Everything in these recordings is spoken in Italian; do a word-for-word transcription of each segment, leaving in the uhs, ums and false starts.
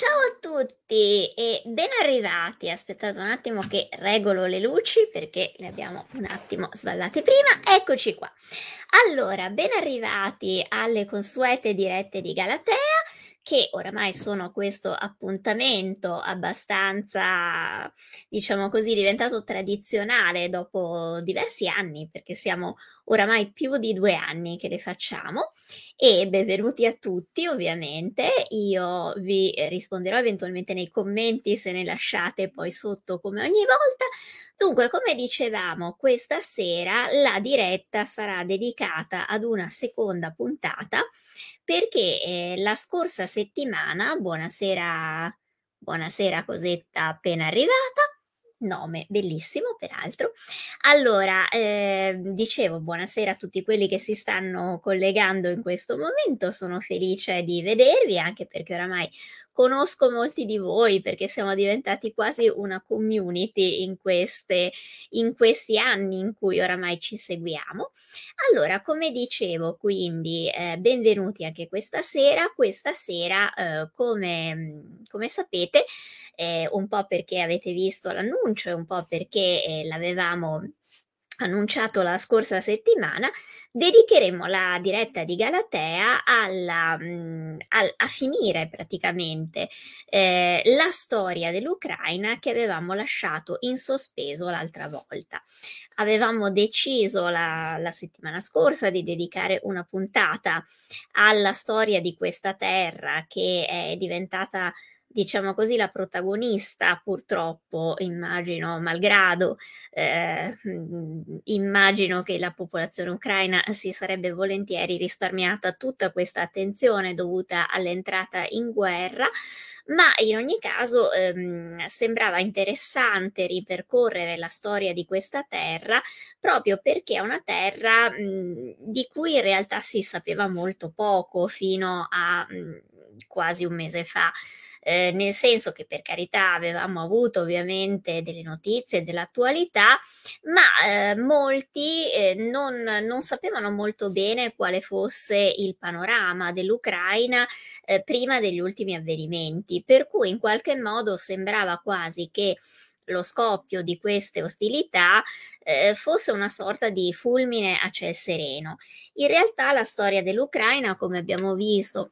Ciao a tutti e ben arrivati. Aspettate un attimo che regolo le luci perché le abbiamo un attimo sballate prima. Eccoci qua. Allora, ben arrivati alle consuete dirette di Galatea, che oramai sono questo appuntamento abbastanza, diciamo così, diventato tradizionale dopo diversi anni, perché siamo oramai più di due anni che le facciamo. E benvenuti a tutti, ovviamente. Io vi risponderò eventualmente nei commenti se ne lasciate poi sotto come ogni volta. Dunque, come dicevamo, questa sera la diretta sarà dedicata ad una seconda puntata perché eh, la scorsa settimana, buonasera, buonasera Cosetta appena arrivata, nome bellissimo peraltro. Allora, eh, dicevo buonasera a tutti quelli che si stanno collegando in questo momento, sono felice di vedervi anche perché oramai conosco molti di voi perché siamo diventati quasi una community in queste, in questi anni in cui oramai ci seguiamo. Allora, come dicevo, quindi eh, benvenuti anche questa sera. Questa sera, eh, come, come sapete, eh, un po' perché avete visto l'annuncio e un po' perché eh, l'avevamo annunciato la scorsa settimana, dedicheremo la diretta di Galatea alla, mh, al- a finire praticamente eh, la storia dell'Ucraina che avevamo lasciato in sospeso l'altra volta. Avevamo deciso la, la settimana scorsa di dedicare una puntata alla storia di questa terra che è diventata, diciamo così, la protagonista, purtroppo, immagino, malgrado, eh, immagino che la popolazione ucraina si sarebbe volentieri risparmiata tutta questa attenzione dovuta all'entrata in guerra, ma in ogni caso ehm, sembrava interessante ripercorrere la storia di questa terra proprio perché è una terra mh, di cui in realtà si sapeva molto poco fino a mh, quasi un mese fa. Eh, nel senso che per carità avevamo avuto ovviamente delle notizie dell'attualità, ma eh, molti eh, non, non sapevano molto bene quale fosse il panorama dell'Ucraina eh, prima degli ultimi avvenimenti, per cui in qualche modo sembrava quasi che lo scoppio di queste ostilità eh, fosse una sorta di fulmine a ciel sereno. In realtà la storia dell'Ucraina, come abbiamo visto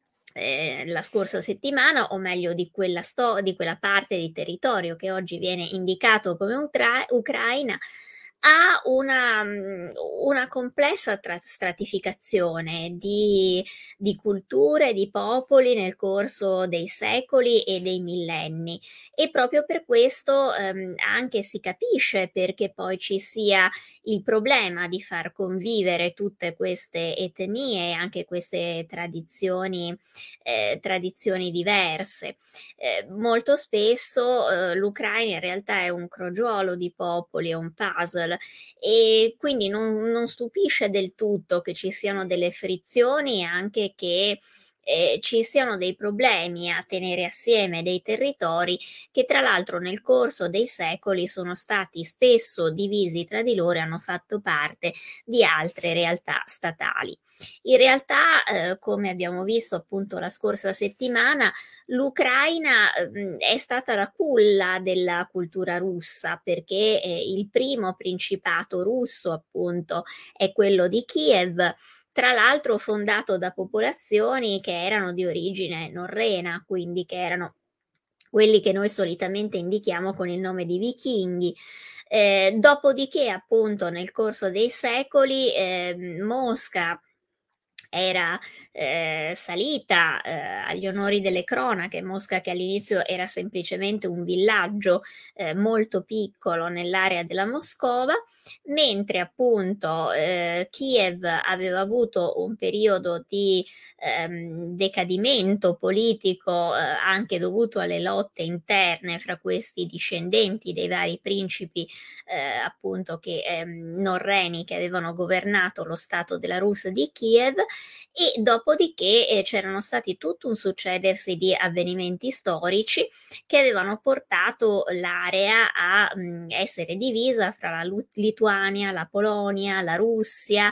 eh, la scorsa settimana, o meglio di quella, sto- di quella parte di territorio che oggi viene indicato come Utra- Ucraina, ha una, mh, una complessa tra- stratificazione di, di culture, di popoli nel corso dei secoli e dei millenni e proprio per questo ehm, anche si capisce perché poi ci sia il problema di far convivere tutte queste etnie e anche queste tradizioni eh, tradizioni diverse. Eh, molto spesso eh, l'Ucraina in realtà è un crogiolo di popoli, è un puzzle e quindi non, non stupisce del tutto che ci siano delle frizioni e anche che eh, ci siano dei problemi a tenere assieme dei territori che tra l'altro nel corso dei secoli sono stati spesso divisi tra di loro e hanno fatto parte di altre realtà statali. In realtà, eh, come abbiamo visto appunto la scorsa settimana, l'Ucraina eh, è stata la culla della cultura russa perché eh, il primo principato russo appunto è quello di Kiev, tra l'altro fondato da popolazioni che erano di origine norrena, quindi che erano quelli che noi solitamente indichiamo con il nome di vichinghi. Eh, dopodiché, appunto, nel corso dei secoli, eh, Mosca era eh, salita eh, agli onori delle cronache. Mosca, che all'inizio era semplicemente un villaggio eh, molto piccolo nell'area della Moscova, mentre appunto eh, Kiev aveva avuto un periodo di ehm, decadimento politico eh, anche dovuto alle lotte interne fra questi discendenti dei vari principi eh, appunto che ehm, norreni che avevano governato lo stato della Rus di Kiev. e dopodiché eh, c'erano stati tutto un succedersi di avvenimenti storici che avevano portato l'area a mh, essere divisa fra la Lu- Lituania, la Polonia, la Russia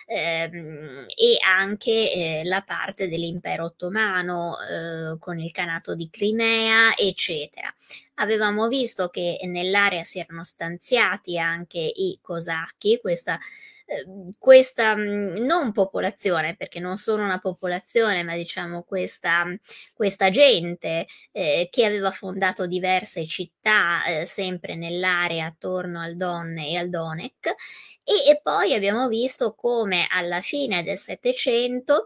ehm, e anche eh, la parte dell'impero ottomano eh, con il Kanato di Crimea, eccetera. Avevamo visto che nell'area si erano stanziati anche i cosacchi, questa eh, questa mh, non popolazione, perché non sono una popolazione, ma diciamo questa, questa gente eh, che aveva fondato diverse città eh, sempre nell'area attorno al Don e al Donec e, e poi abbiamo visto come alla fine del Settecento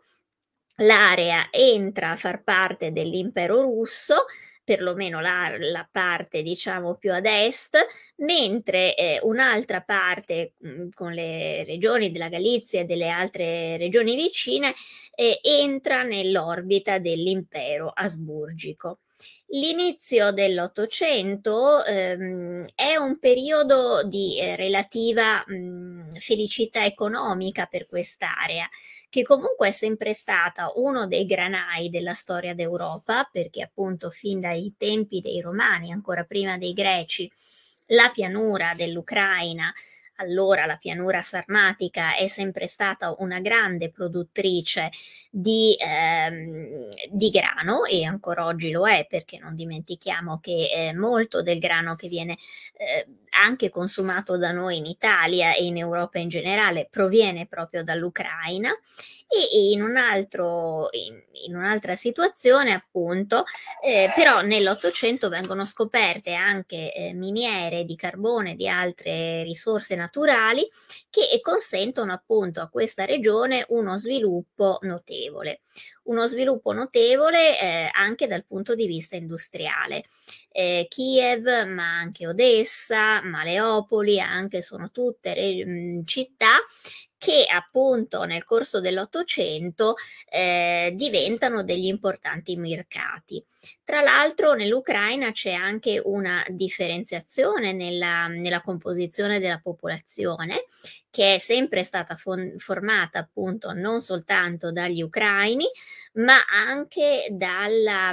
l'area entra a far parte dell'impero russo, perlomeno la, la parte diciamo più ad est, mentre eh, un'altra parte mh, con le regioni della Galizia e delle altre regioni vicine eh, entra nell'orbita dell'impero asburgico. L'inizio dell'Ottocento ehm, è un periodo di eh, relativa mh, felicità economica per quest'area, che comunque è sempre stata uno dei granai della storia d'Europa, perché appunto fin dai tempi dei Romani, ancora prima dei Greci, la pianura dell'Ucraina, allora la pianura sarmatica, è sempre stata una grande produttrice di, ehm, di grano e ancora oggi lo è, perché non dimentichiamo che eh, molto del grano che viene eh, anche consumato da noi in Italia e in Europa in generale proviene proprio dall'Ucraina. E in, un altro, in, in un'altra situazione appunto eh, però nell'Ottocento vengono scoperte anche eh, miniere di carbone e di altre risorse naturali che consentono appunto a questa regione uno sviluppo notevole, uno sviluppo notevole eh, anche dal punto di vista industriale. Eh, Kiev, ma anche Odessa, Maleopoli, anche sono tutte re- mh, città che appunto nel corso dell'Ottocento eh, diventano degli importanti mercati. Tra l'altro nell'Ucraina c'è anche una differenziazione nella, nella composizione della popolazione, che è sempre stata fon- formata appunto non soltanto dagli ucraini, ma anche dalla,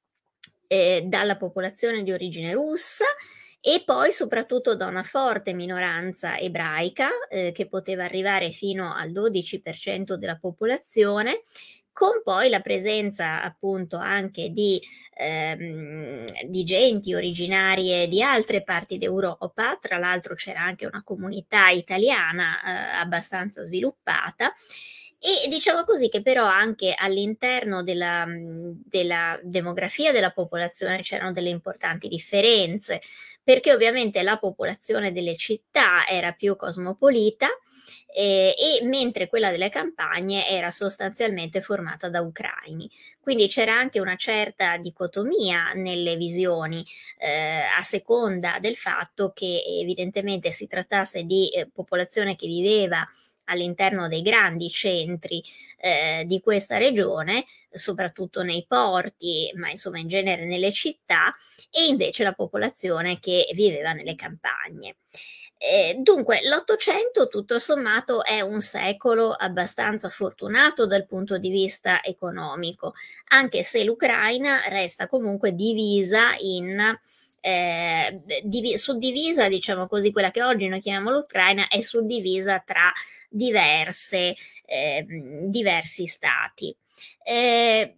eh, dalla popolazione di origine russa e poi soprattutto da una forte minoranza ebraica eh, che poteva arrivare fino al dodici per cento della popolazione, con poi la presenza appunto anche di, ehm, di genti originarie di altre parti d'Europa. Tra l'altro c'era anche una comunità italiana eh, abbastanza sviluppata. E diciamo così che però anche all'interno della, della demografia della popolazione c'erano delle importanti differenze, perché ovviamente la popolazione delle città era più cosmopolita eh, e mentre quella delle campagne era sostanzialmente formata da ucraini. Quindi c'era anche una certa dicotomia nelle visioni eh, a seconda del fatto che evidentemente si trattasse di eh, popolazione che viveva all'interno dei grandi centri eh, di questa regione, soprattutto nei porti, ma insomma in genere nelle città, e invece la popolazione che viveva nelle campagne. Eh, dunque, l'Ottocento tutto sommato è un secolo abbastanza fortunato dal punto di vista economico, anche se l'Ucraina resta comunque divisa in eh, div- suddivisa, diciamo così, quella che oggi noi chiamiamo l'Ucraina è suddivisa tra diverse, eh, diversi stati. Eh,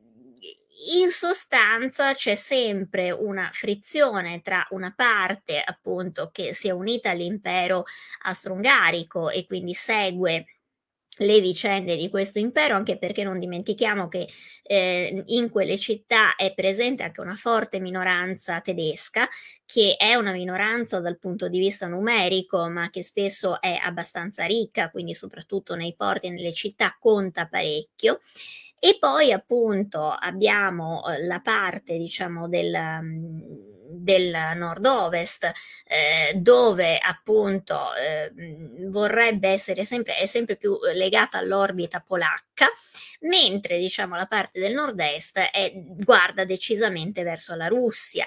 in sostanza c'è sempre una frizione tra una parte appunto che si è unita all'impero austro-ungarico e quindi segue le vicende di questo impero, anche perché non dimentichiamo che eh, in quelle città è presente anche una forte minoranza tedesca, che è una minoranza dal punto di vista numerico, ma che spesso è abbastanza ricca, quindi soprattutto nei porti e nelle città conta parecchio. E poi appunto abbiamo la parte, diciamo, del, del nord-ovest, eh, dove appunto eh, vorrebbe essere sempre, è sempre più legata all'orbita polacca, mentre diciamo la parte del nord-est è, guarda decisamente verso la Russia.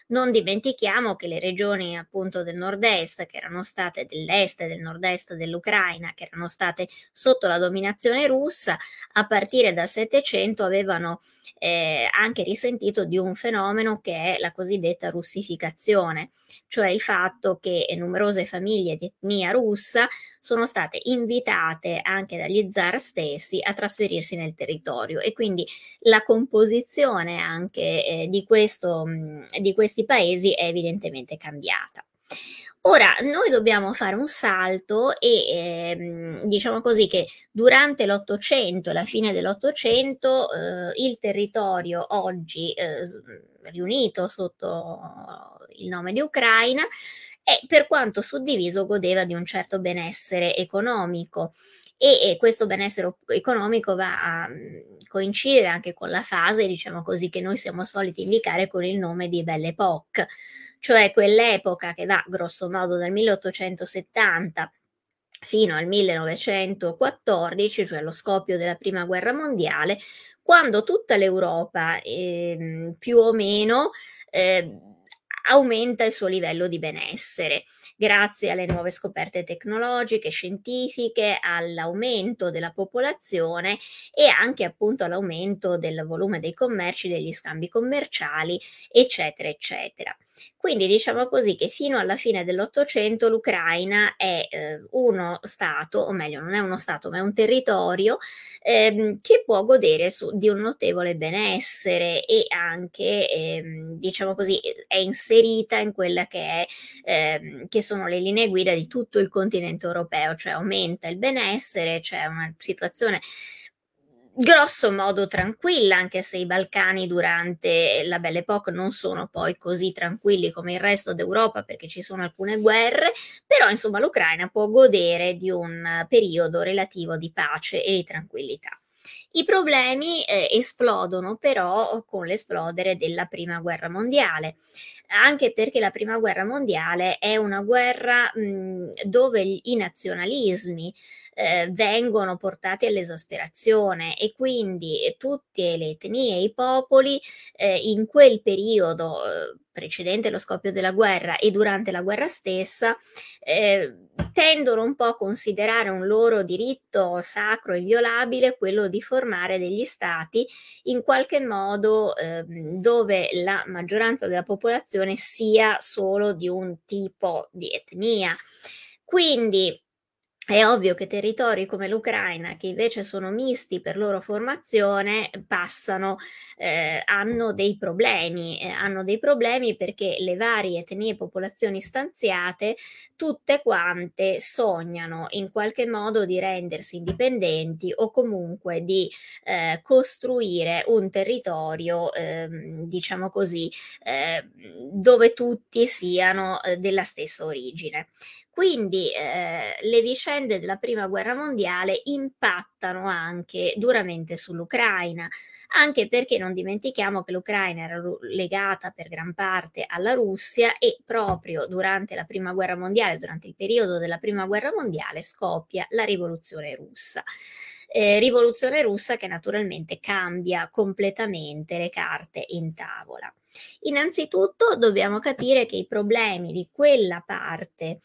Non dimentichiamo che le regioni appunto del nord-est, che erano state dell'est e del nord-est dell'Ucraina, che erano state sotto la dominazione russa, a partire dal Settecento avevano eh, anche risentito di un fenomeno che è la cosiddetta russificazione, cioè il fatto che numerose famiglie di etnia russa sono state invitate anche dagli zar stessi a trasferirsi nel territorio, e quindi la composizione anche eh, di, questo, mh, di questi paesi è evidentemente cambiata. Ora, noi dobbiamo fare un salto e ehm, diciamo così che durante l'Ottocento e la fine dell'Ottocento eh, il territorio oggi eh, riunito sotto il nome di Ucraina, e per quanto suddiviso godeva di un certo benessere economico, e, e questo benessere economico va a mh, coincidere anche con la fase, diciamo così, che noi siamo soliti indicare con il nome di Belle Époque, cioè quell'epoca che va grosso modo dal milleottocentosettanta fino al millenovecentoquattordici, cioè lo scoppio della Prima Guerra Mondiale, quando tutta l'Europa eh, più o meno eh, aumenta il suo livello di benessere grazie alle nuove scoperte tecnologiche, scientifiche, all'aumento della popolazione e anche appunto all'aumento del volume dei commerci, degli scambi commerciali, eccetera, eccetera. Quindi diciamo così che fino alla fine dell'Ottocento l'Ucraina è eh, uno stato, o meglio non è uno stato, ma è un territorio ehm, che può godere su, di un notevole benessere, e anche ehm, diciamo così è inserita in quella che, è, ehm, che sono le linee guida di tutto il continente europeo, cioè aumenta il benessere, c'è una situazione grosso modo tranquilla, anche se i Balcani durante la Belle Époque non sono poi così tranquilli come il resto d'Europa, perché ci sono alcune guerre, però insomma l'Ucraina può godere di un periodo relativo di pace e di tranquillità. I problemi eh, esplodono però con l'esplodere della Prima Guerra Mondiale, anche perché la Prima Guerra Mondiale è una guerra mh, dove i nazionalismi eh, vengono portati all'esasperazione, e quindi tutte le etnie e i popoli eh, in quel periodo eh, precedente lo scoppio della guerra e durante la guerra stessa eh, tendono un po' a considerare un loro diritto sacro e inviolabile quello di formare degli stati in qualche modo eh, dove la maggioranza della popolazione sia solo di un tipo di etnia. Quindi è ovvio che territori come l'Ucraina, che invece sono misti per loro formazione, passano, eh, hanno dei problemi, eh, hanno dei problemi perché le varie etnie e popolazioni stanziate, tutte quante sognano in qualche modo di rendersi indipendenti o comunque di eh, costruire un territorio, eh, diciamo così, eh, dove tutti siano eh, della stessa origine. Quindi eh, le vicende della Prima Guerra Mondiale impattano anche duramente sull'Ucraina, anche perché non dimentichiamo che l'Ucraina era legata per gran parte alla Russia, e proprio durante la Prima Guerra Mondiale, durante il periodo della Prima Guerra Mondiale, scoppia la rivoluzione russa. Eh, rivoluzione russa che naturalmente cambia completamente le carte in tavola. Innanzitutto dobbiamo capire che i problemi di quella parte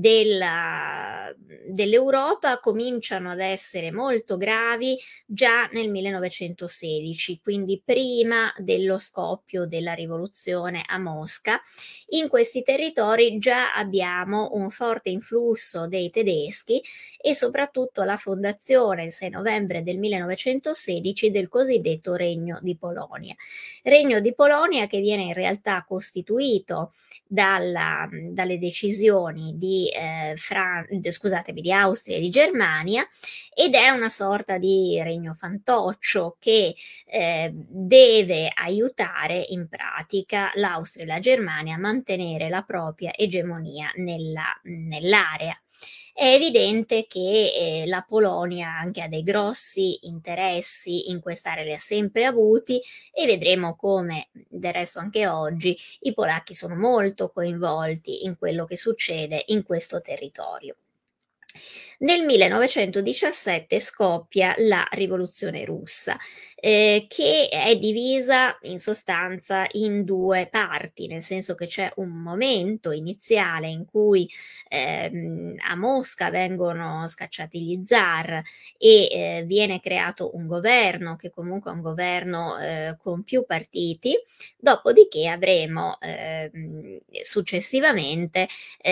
della, dell'Europa cominciano ad essere molto gravi già nel millenovecentosedici, quindi prima dello scoppio della rivoluzione a Mosca. In questi territori già abbiamo un forte influsso dei tedeschi e soprattutto la fondazione il sei novembre del millenovecentosedici del cosiddetto Regno di Polonia. Regno di Polonia che viene in realtà costituito dalla, dalle decisioni di eh, Fran- scusatemi, di Austria e di Germania, ed è una sorta di regno fantoccio che eh, deve aiutare in pratica l'Austria e la Germania a mantenere la propria egemonia nella, nell'area. È evidente che eh, la Polonia anche ha dei grossi interessi in quest'area, li ha sempre avuti, e vedremo come del resto anche oggi i polacchi sono molto coinvolti in quello che succede in questo territorio. Nel millenovecentodiciassette scoppia la rivoluzione russa, eh, che è divisa in sostanza in due parti, nel senso che c'è un momento iniziale in cui ehm, a Mosca vengono scacciati gli zar e eh, viene creato un governo che comunque è un governo eh, con più partiti, dopodiché avremo ehm, successivamente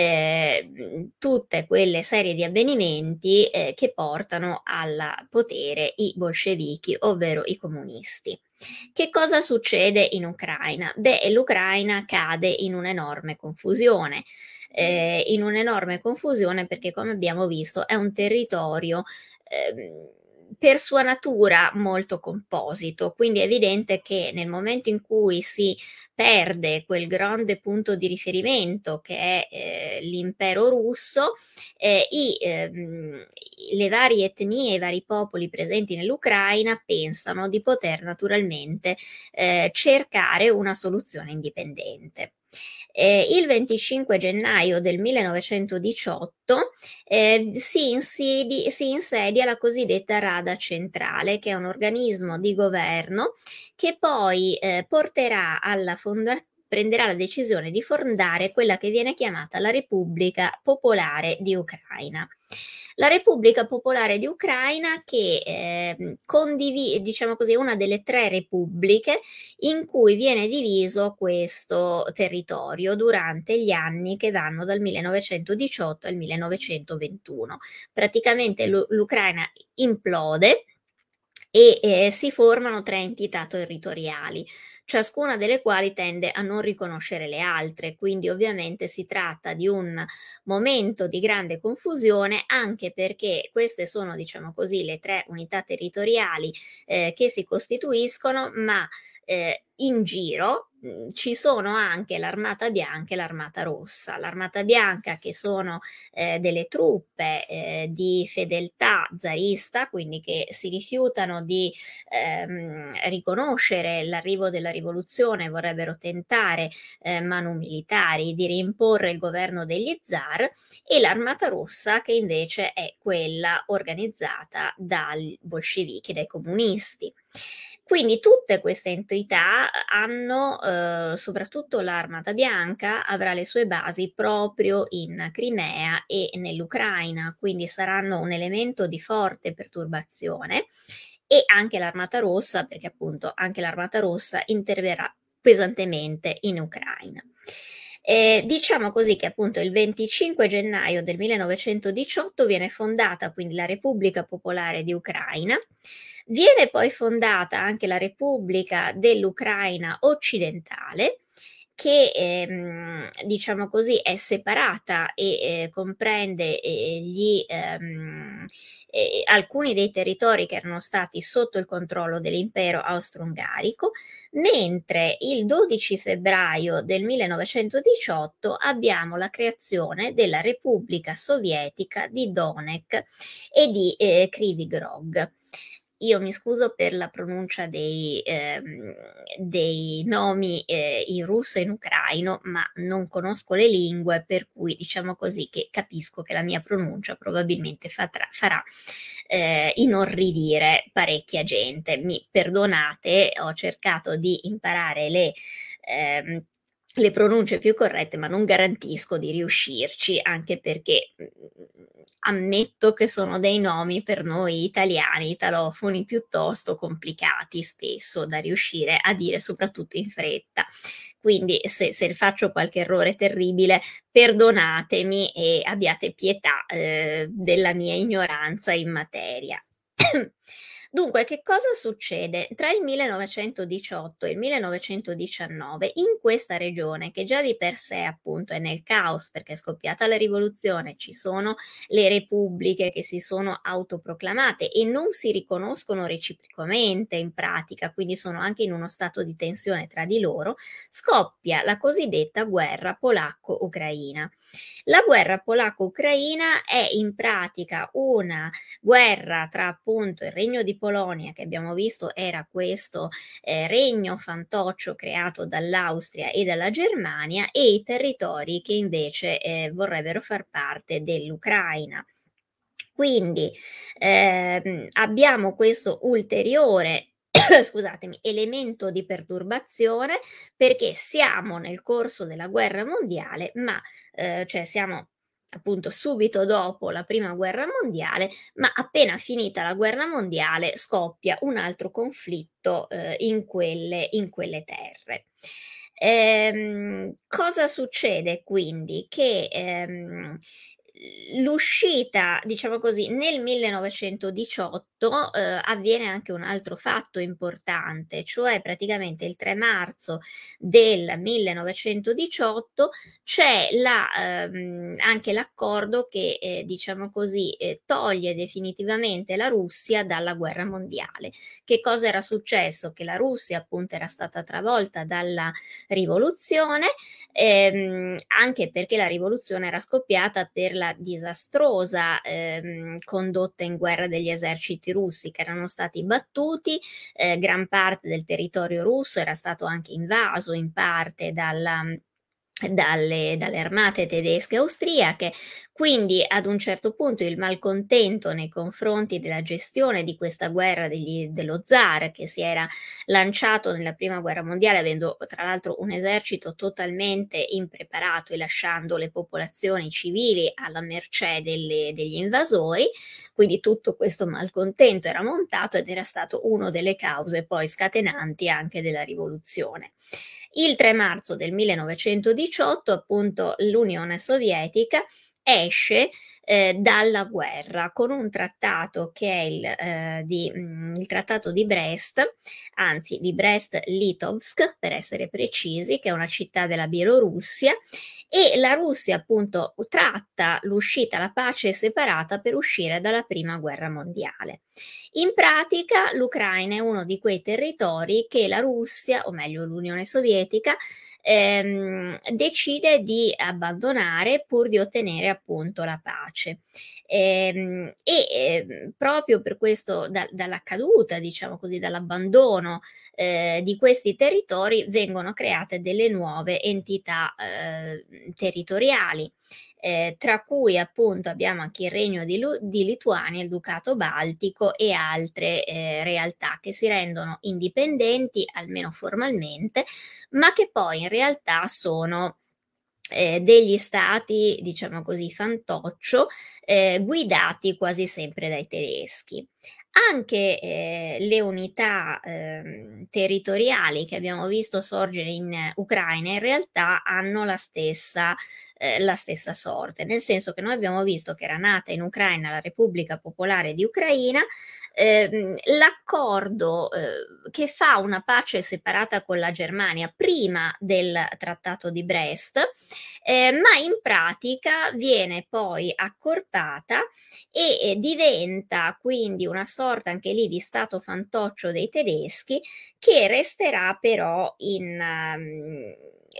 eh, tutte quelle serie di avvenimenti eh, che portano al potere i bolscevichi, ovvero i comunisti. Che cosa succede in Ucraina? Beh, l'Ucraina cade in un'enorme confusione. Eh, in un'enorme confusione perché, come abbiamo visto, è un territorio ehm, per sua natura molto composito, quindi è evidente che nel momento in cui si perde quel grande punto di riferimento che è eh, l'impero russo, eh, i, ehm, le varie etnie, i vari popoli presenti nell'Ucraina pensano di poter naturalmente eh, cercare una soluzione indipendente. Eh, il venticinque gennaio del millenovecentodiciotto eh, si, insedi- si insedia la cosiddetta Rada Centrale, che è un organismo di governo che poi eh, porterà alla fondazione prenderà la decisione di fondare quella che viene chiamata la Repubblica Popolare di Ucraina. La Repubblica Popolare di Ucraina che eh, condivide, diciamo così, una delle tre repubbliche in cui viene diviso questo territorio durante gli anni che vanno dal millenovecentodiciotto al millenovecentoventuno. Praticamente l'Ucraina implode e eh, si formano tre entità territoriali, ciascuna delle quali tende a non riconoscere le altre, quindi ovviamente si tratta di un momento di grande confusione anche perché queste sono, diciamo così, le tre unità territoriali eh, che si costituiscono, ma eh, in giro mh, ci sono anche l'Armata Bianca e l'Armata Rossa. L'Armata Bianca che sono eh, delle truppe eh, di fedeltà zarista, quindi che si rifiutano di ehm, riconoscere l'arrivo della rivoluzione, vorrebbero tentare eh, manu militari di rimporre il governo degli zar, e l'Armata Rossa che invece è quella organizzata dai bolscevichi, dai comunisti. Quindi tutte queste entità hanno, eh, soprattutto l'Armata Bianca, avrà le sue basi proprio in Crimea e nell'Ucraina, quindi saranno un elemento di forte perturbazione, e anche l'Armata Rossa, perché appunto anche l'Armata Rossa interverrà pesantemente in Ucraina. Eh, diciamo così che appunto il venticinque gennaio del millenovecentodiciotto viene fondata quindi la Repubblica Popolare di Ucraina. Viene poi fondata anche la Repubblica dell'Ucraina occidentale, che ehm, diciamo così è separata e eh, comprende eh, gli, ehm, eh, alcuni dei territori che erano stati sotto il controllo dell'impero austro-ungarico, mentre il dodici febbraio del millenovecentodiciotto abbiamo la creazione della Repubblica Sovietica di Donetsk e di eh, Kryvyi Rog. Io mi scuso per la pronuncia dei, ehm, dei nomi eh, in russo e in ucraino, ma non conosco le lingue, per cui diciamo così che capisco che la mia pronuncia probabilmente fatrà, farà eh, inorridire parecchia gente. Mi perdonate, ho cercato di imparare le... Ehm, le pronunce più corrette, ma non garantisco di riuscirci, anche perché mh, ammetto che sono dei nomi per noi italiani, italofoni, piuttosto complicati spesso da riuscire a dire, soprattutto in fretta. Quindi se, se faccio qualche errore terribile, perdonatemi e abbiate pietà eh, della mia ignoranza in materia. Dunque, che cosa succede? Tra il millenovecentodiciotto e il millenovecentodiciannove, in questa regione, che già di per sé appunto è nel caos perché è scoppiata la rivoluzione, ci sono le repubbliche che si sono autoproclamate e non si riconoscono reciprocamente in pratica, quindi sono anche in uno stato di tensione tra di loro, scoppia la cosiddetta guerra polacco-ucraina. La guerra polacco-ucraina è in pratica una guerra tra appunto il Regno di Polonia, che abbiamo visto era questo eh, regno fantoccio creato dall'Austria e dalla Germania, e i territori che invece eh, vorrebbero far parte dell'Ucraina. Quindi ehm, abbiamo questo ulteriore scusatemi, elemento di perturbazione perché siamo nel corso della guerra mondiale, ma eh, cioè siamo appunto subito dopo la prima guerra mondiale, ma appena finita la guerra mondiale scoppia un altro conflitto eh, in quelle, in quelle terre. Ehm, cosa succede quindi? Che ehm, l'uscita, diciamo così, nel millenovecentodiciotto eh, avviene anche un altro fatto importante, cioè praticamente il tre marzo del millenovecentodiciotto c'è la, ehm, anche l'accordo che, eh, diciamo così, eh, toglie definitivamente la Russia dalla guerra mondiale. Che cosa era successo? Che la Russia appunto era stata travolta dalla rivoluzione, ehm, anche perché la rivoluzione era scoppiata per la disastrosa ehm, condotta in guerra degli eserciti russi che erano stati battuti, eh, gran parte del territorio russo era stato anche invaso in parte dalla dalle, dalle armate tedesche e austriache, quindi ad un certo punto il malcontento nei confronti della gestione di questa guerra degli, dello zar che si era lanciato nella prima guerra mondiale avendo tra l'altro un esercito totalmente impreparato e lasciando le popolazioni civili alla mercé delle, degli invasori, quindi tutto questo malcontento era montato ed era stato una delle cause poi scatenanti anche della rivoluzione. Il tre marzo del millenovecentodiciotto, appunto, l'Unione Sovietica esce eh, dalla guerra con un trattato che è il, eh, di, mh, il trattato di Brest, anzi di Brest-Litovsk per essere precisi, che è una città della Bielorussia, e la Russia appunto tratta l'uscita, la pace separata per uscire dalla prima guerra mondiale. In pratica l'Ucraina è uno di quei territori che la Russia, o meglio l'Unione Sovietica, ehm, decide di abbandonare pur di ottenere appunto la pace. Ehm, e ehm, proprio per questo, da, dalla caduta, diciamo così, dall'abbandono eh, di questi territori vengono create delle nuove entità eh, territoriali. Eh, tra cui appunto abbiamo anche il Regno di, Lu- di Lituania, il Ducato Baltico e altre eh, realtà che si rendono indipendenti, almeno formalmente, ma che poi in realtà sono eh, degli stati, diciamo così, fantoccio, eh, guidati quasi sempre dai tedeschi. Anche eh, le unità eh, territoriali che abbiamo visto sorgere in Ucraina in realtà hanno la stessa, eh, la stessa sorte, nel senso che noi abbiamo visto che era nata in Ucraina la Repubblica Popolare di Ucraina, ehm, l'accordo eh, che fa una pace separata con la Germania prima del Trattato di Brest, eh, ma in pratica viene poi accorpata e eh, diventa quindi una sorta anche lì di stato fantoccio dei tedeschi che resterà però in, um,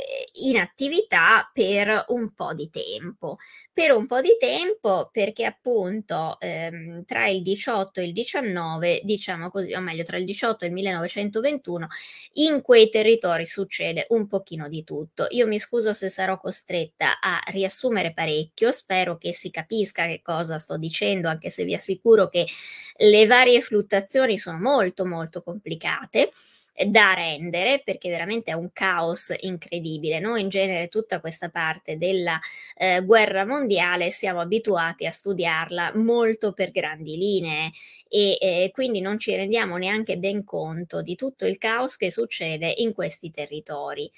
in attività per un po' di tempo. Per un po' di tempo perché appunto ehm, tra il diciotto e il diciannove, diciamo così, o meglio tra il diciotto e il millenovecentoventuno, in quei territori succede un pochino di tutto. Io mi scuso se sarò costretta a riassumere parecchio, spero che si capisca che cosa sto dicendo, anche se vi assicuro che le varie fluttuazioni sono molto molto complicate da rendere perché veramente è un caos incredibile. Noi in genere tutta questa parte della eh, guerra mondiale siamo abituati a studiarla molto per grandi linee e eh, quindi non ci rendiamo neanche ben conto di tutto il caos che succede in questi territori.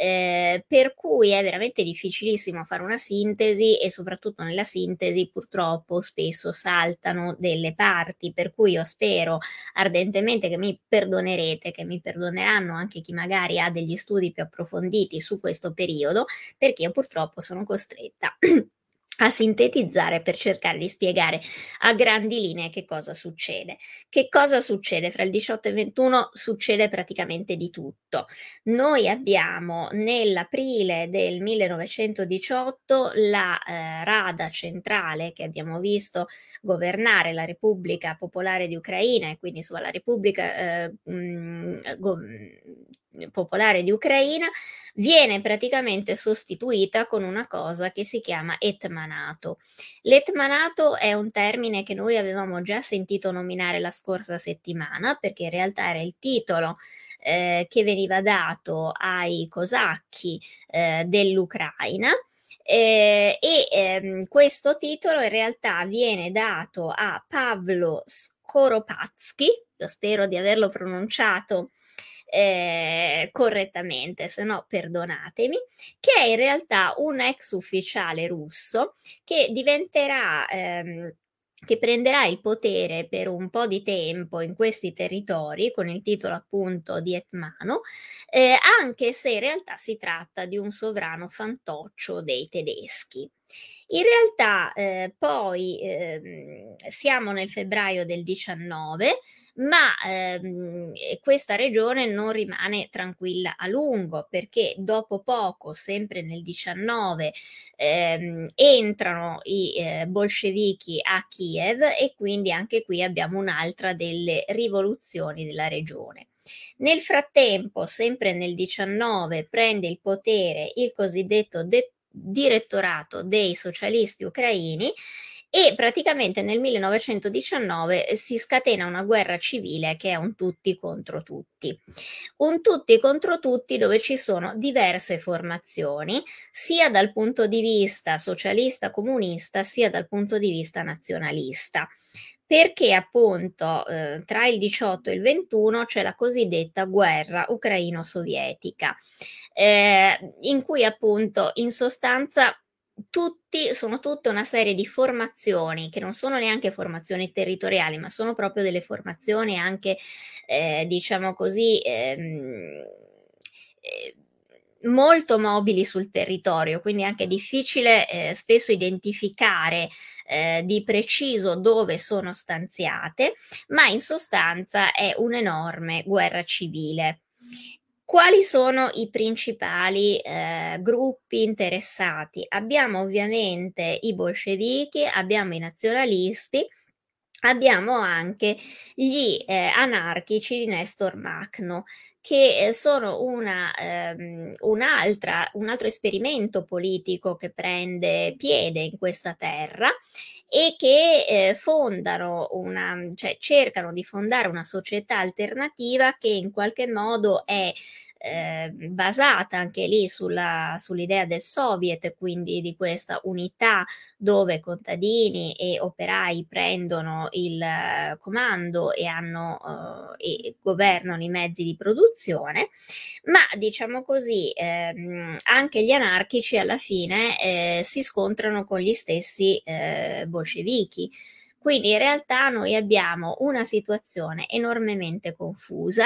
Eh, per cui è veramente difficilissimo fare una sintesi e soprattutto nella sintesi purtroppo spesso saltano delle parti, per cui io spero ardentemente che mi perdonerete, che mi perdoneranno anche chi magari ha degli studi più approfonditi su questo periodo, perché io purtroppo sono costretta a sintetizzare per cercare di spiegare a grandi linee che cosa succede. Che cosa succede fra il diciotto e il ventuno? Succede praticamente di tutto. Noi abbiamo nell'aprile del millenovecentodiciotto la eh, Rada centrale che abbiamo visto governare la Repubblica Popolare di Ucraina e quindi insomma la Repubblica eh, mh, go- popolare di Ucraina, viene praticamente sostituita con una cosa che si chiama etmanato. L'etmanato è un termine che noi avevamo già sentito nominare la scorsa settimana, perché in realtà era il titolo eh, che veniva dato ai cosacchi eh, dell'Ucraina. Eh, e ehm, questo titolo in realtà viene dato a Pavlo Skoropadsky, io spero di averlo pronunciato eh, correttamente, se no perdonatemi, che è in realtà un ex ufficiale russo che diventerà ehm, che prenderà il potere per un po' di tempo in questi territori con il titolo appunto di Etmano, eh, anche se in realtà si tratta di un sovrano fantoccio dei tedeschi. In realtà eh, poi ehm, siamo nel febbraio del diciannove, ma ehm, questa regione non rimane tranquilla a lungo, perché dopo poco, sempre nel diciannove, ehm, entrano i eh, bolscevichi a Kiev e quindi anche qui abbiamo un'altra delle rivoluzioni della regione. Nel frattempo, sempre nel diciannove, prende il potere il cosiddetto de- direttorato dei socialisti ucraini e praticamente nel millenovecentodiciannove si scatena una guerra civile che è un tutti contro tutti. Un tutti contro tutti dove ci sono diverse formazioni, sia dal punto di vista socialista comunista, sia dal punto di vista nazionalista. Perché appunto eh, tra il diciotto e il ventuno c'è la cosiddetta guerra ucraino-sovietica, eh, in cui appunto in sostanza tutti, sono tutta una serie di formazioni che non sono neanche formazioni territoriali, ma sono proprio delle formazioni anche, eh, diciamo così, ehm, eh, molto mobili sul territorio, quindi è anche difficile eh, spesso identificare eh, di preciso dove sono stanziate, ma in sostanza è un'enorme guerra civile. Quali sono i principali eh, gruppi interessati? Abbiamo ovviamente i bolscevichi, abbiamo i nazionalisti, abbiamo anche gli eh, anarchici di Nestor Makhno, che eh, sono una, ehm, un'altra, un altro esperimento politico che prende piede in questa terra e che eh, fondano una, cioè cercano di fondare una società alternativa che in qualche modo è eh, basata anche lì sulla, sull'idea del Soviet, quindi di questa unità dove contadini e operai prendono il eh, comando e, hanno, eh, e governano i mezzi di produzione, ma diciamo così ehm, anche gli anarchici alla fine eh, si scontrano con gli stessi eh, bolscevichi. Quindi in realtà noi abbiamo una situazione enormemente confusa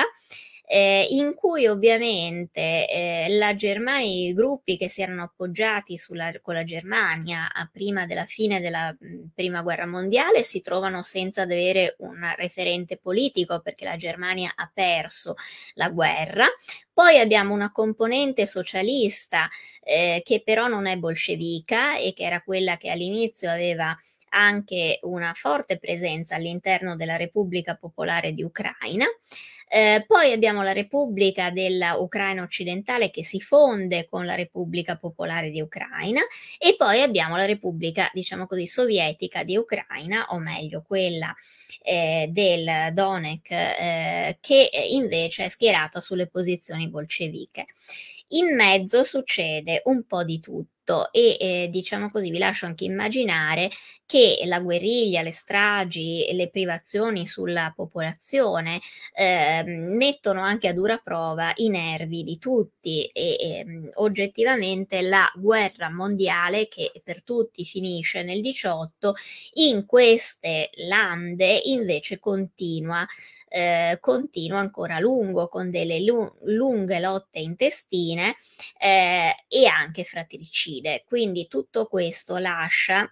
eh, in cui ovviamente eh, la Germania, i gruppi che si erano appoggiati sulla, con la Germania a prima della fine della mh, prima guerra mondiale si trovano senza avere un referente politico perché la Germania ha perso la guerra. Poi abbiamo una componente socialista eh, che però non è bolscevica e che era quella che all'inizio aveva anche una forte presenza all'interno della Repubblica Popolare di Ucraina. Eh, poi abbiamo la Repubblica della Ucraina occidentale che si fonde con la Repubblica Popolare di Ucraina e poi abbiamo la Repubblica, diciamo così, sovietica di Ucraina, o meglio quella eh, del Donetsk, eh, che invece è schierata sulle posizioni bolsceviche. In mezzo succede un po' di tutto e eh, diciamo così vi lascio anche immaginare che la guerriglia, le stragi e le privazioni sulla popolazione eh, mettono anche a dura prova i nervi di tutti e, e oggettivamente la guerra mondiale che per tutti finisce nel diciotto in queste lande invece continua eh, continua ancora a lungo con delle lu- lunghe lotte intestine eh, e anche fratricide. Quindi tutto questo lascia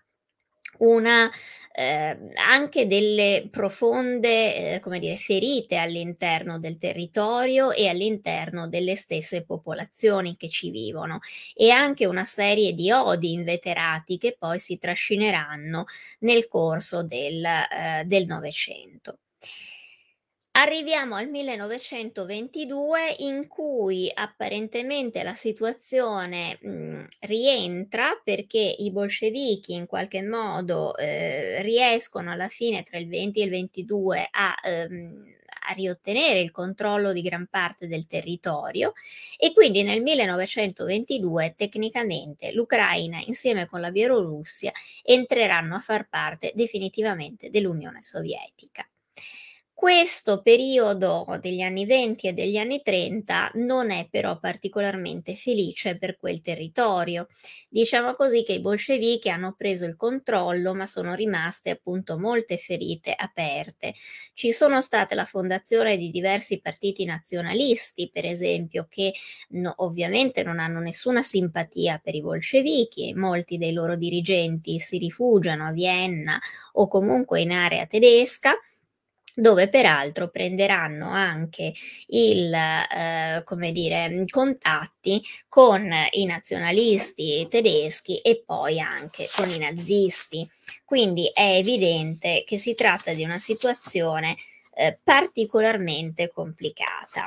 una eh, anche delle profonde eh, come dire, ferite all'interno del territorio e all'interno delle stesse popolazioni che ci vivono e anche una serie di odi inveterati che poi si trascineranno nel corso del, eh, del Novecento. Arriviamo al millenovecentoventidue in cui apparentemente la situazione, mhmm, rientra perché i bolscevichi in qualche modo, ehm, riescono alla fine tra il venti e il ventidue a uhm, a riottenere il controllo di gran parte del territorio e quindi nel millenovecentoventidue tecnicamente l'Ucraina insieme con la Bielorussia entreranno a far parte definitivamente dell'Unione Sovietica. Questo periodo degli anni venti e degli anni trenta non è però particolarmente felice per quel territorio. Diciamo così che i bolscevichi hanno preso il controllo, ma sono rimaste appunto molte ferite aperte. Ci sono state la fondazione di diversi partiti nazionalisti, per esempio, che no- ovviamente non hanno nessuna simpatia per i bolscevichi, molti dei loro dirigenti si rifugiano a Vienna o comunque in area tedesca, dove peraltro prenderanno anche il, ehm, come dire, contatti con i nazionalisti tedeschi e poi anche con i nazisti. Quindi è evidente che si tratta di una situazione, ehm, particolarmente complicata.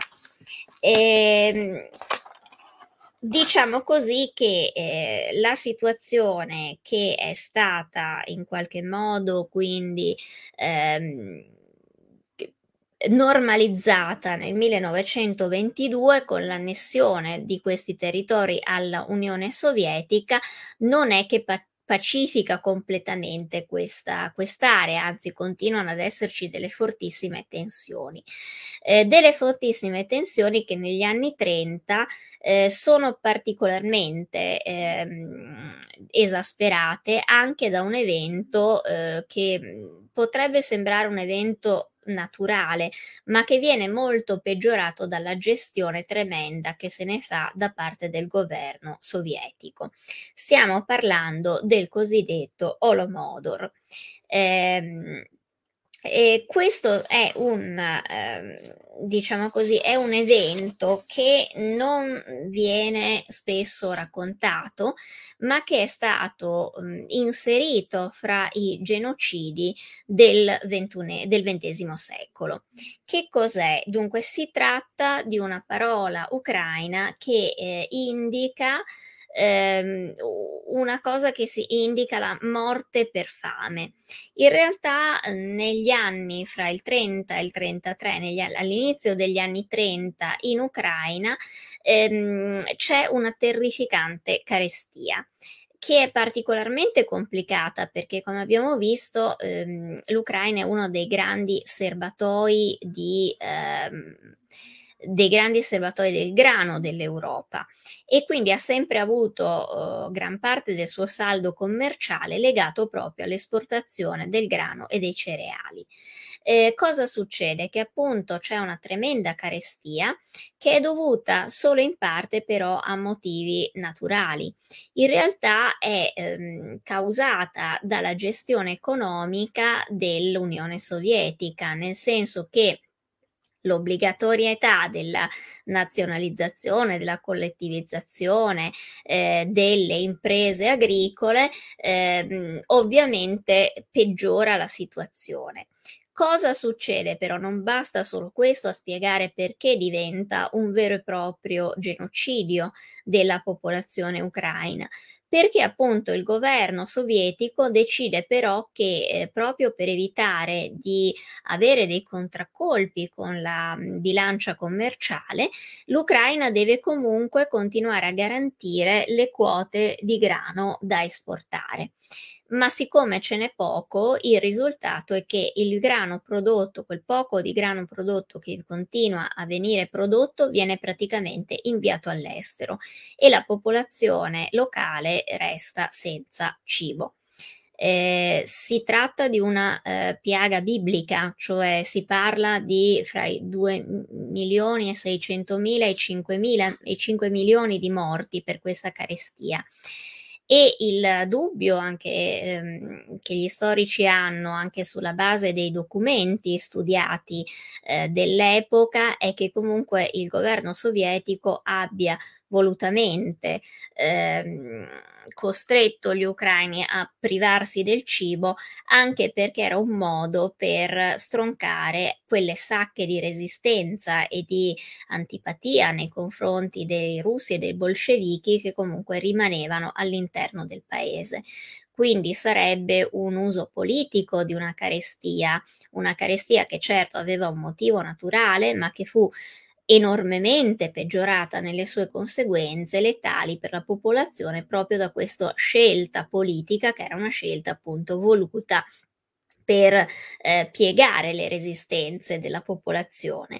Ehm, diciamo così che, ehm, la situazione che è stata in qualche modo quindi, ehm, che normalizzata nel millenovecentoventidue con l'annessione di questi territori alla Unione Sovietica, non è che pa pacifica completamente questa quest'area, anzi continuano ad esserci delle fortissime tensioni. Ehm, delle fortissime tensioni che negli anni trenta ehm, sono particolarmente, ehm, esasperate anche da un evento, uhm, che, mhmm, potrebbe sembrare un evento naturale, ma che viene molto peggiorato dalla gestione tremenda che se ne fa da parte del governo sovietico. Stiamo parlando del cosiddetto Holodomor. Ehm, e questo è un, ehm, diciamo così, è un evento che non viene spesso raccontato, ma che è stato, mhmm, inserito fra i genocidi del ventune del ventesimo secolo. Che cos'è? Dunque si tratta di una parola ucraina che, ehm, indica, ehm, u una cosa che si indica la morte per fame. In realtà, uhm, negli anni fra il trenta e il trentatré, negli a all'inizio degli anni trenta in Ucraina, ehm, c'è una terrificante carestia, che è particolarmente complicata perché, come abbiamo visto, ehm, l'Ucraina è uno dei grandi serbatoi di ehm, dei grandi serbatoi del grano dell'Europa e quindi ha sempre avuto, uhm, gran parte del suo saldo commerciale legato proprio all'esportazione del grano e dei cereali. Ehm, cosa succede? Che appunto c'è una tremenda carestia che è dovuta solo in parte però a motivi naturali. In realtà è, ehm, causata dalla gestione economica dell'Unione Sovietica, nel senso che l'obbligatorietà della nazionalizzazione, della collettivizzazione, ehm, delle imprese agricole, ehm, ovviamente peggiora la situazione. Cosa succede però? Non basta solo questo a spiegare perché diventa un vero e proprio genocidio della popolazione ucraina, perché appunto il governo sovietico decide però che, ehm, proprio per evitare di avere dei contraccolpi con la mh, bilancia commerciale, l'Ucraina deve comunque continuare a garantire le quote di grano da esportare. Ma siccome ce n'è poco, il risultato è che il grano prodotto, quel poco di grano prodotto che continua a venire prodotto, viene praticamente inviato all'estero e la popolazione locale resta senza cibo. Ehm, si tratta di una, ehm, piaga biblica, cioè si parla di fra i due m milioni e seicentomila e i cinquemila e i cinque milioni di morti per questa carestia. E il dubbio anche, ehm, che gli storici hanno, anche sulla base dei documenti studiati, ehm, dell'epoca, è che comunque il governo sovietico abbia volutamente ehm, costretto gli ucraini a privarsi del cibo, anche perché era un modo per stroncare quelle sacche di resistenza e di antipatia nei confronti dei russi e dei bolscevichi che comunque rimanevano all'interno del paese. Quindi sarebbe un uso politico di una carestia, una carestia che certo aveva un motivo naturale, ma che fu enormemente peggiorata nelle sue conseguenze letali per la popolazione proprio da questa scelta politica, che era una scelta appunto voluta per eh, piegare le resistenze della popolazione.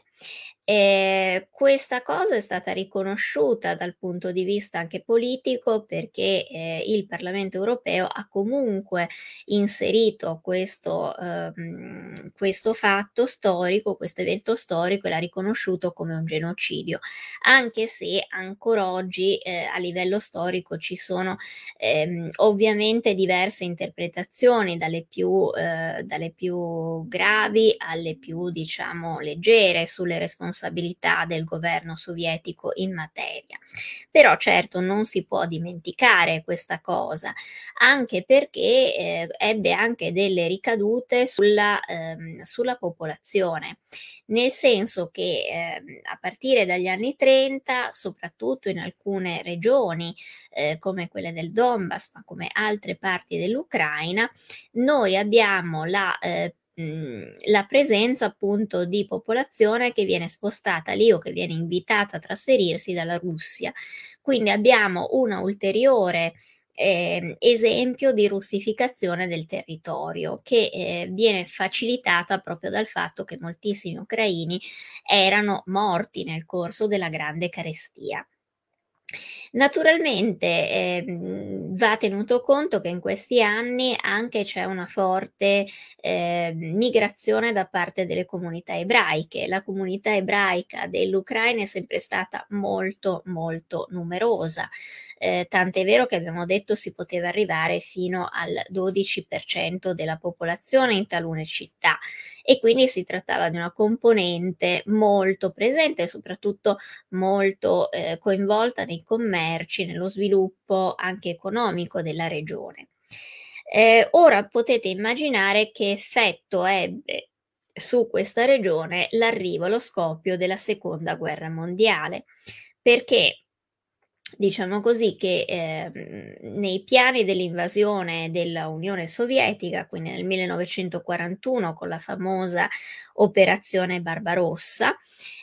Eh, questa cosa è stata riconosciuta dal punto di vista anche politico perché eh, il Parlamento europeo ha comunque inserito questo, ehm, questo fatto storico, questo evento storico e l'ha riconosciuto come un genocidio, anche se ancora oggi eh, a livello storico ci sono ehm, ovviamente diverse interpretazioni, dalle più, eh, dalle più gravi alle più, diciamo, leggere sulle responsabilità del governo sovietico in materia. Però certo non si può dimenticare questa cosa, anche perché eh, ebbe anche delle ricadute sulla, ehm, sulla popolazione, nel senso che ehm, a partire dagli anni trenta, soprattutto in alcune regioni, eh, come quelle del Donbass, ma come altre parti dell'Ucraina, noi abbiamo la, eh, mh, la presenza appunto di popolazione che viene spostata lì o che viene invitata a trasferirsi dalla Russia. Quindi abbiamo una ulteriore eh, esempio di russificazione del territorio che eh, viene facilitata proprio dal fatto che moltissimi ucraini erano morti nel corso della grande carestia. Naturalmente ehm, va tenuto conto che in questi anni anche c'è una forte eh, migrazione da parte delle comunità ebraiche. La comunità ebraica dell'Ucraina è sempre stata molto molto numerosa, eh, tant'è vero che abbiamo detto si poteva arrivare fino al dodici per cento della popolazione in talune città e quindi si trattava di una componente molto presente e soprattutto molto eh, coinvolta nei commerci, nello sviluppo anche economico della regione. Eh, ora potete immaginare che effetto ebbe su questa regione l'arrivo, lo scoppio della seconda guerra mondiale, perché diciamo così che eh, nei piani dell'invasione della Unione Sovietica, quindi nel millenovecentoquarantuno con la famosa operazione Barbarossa,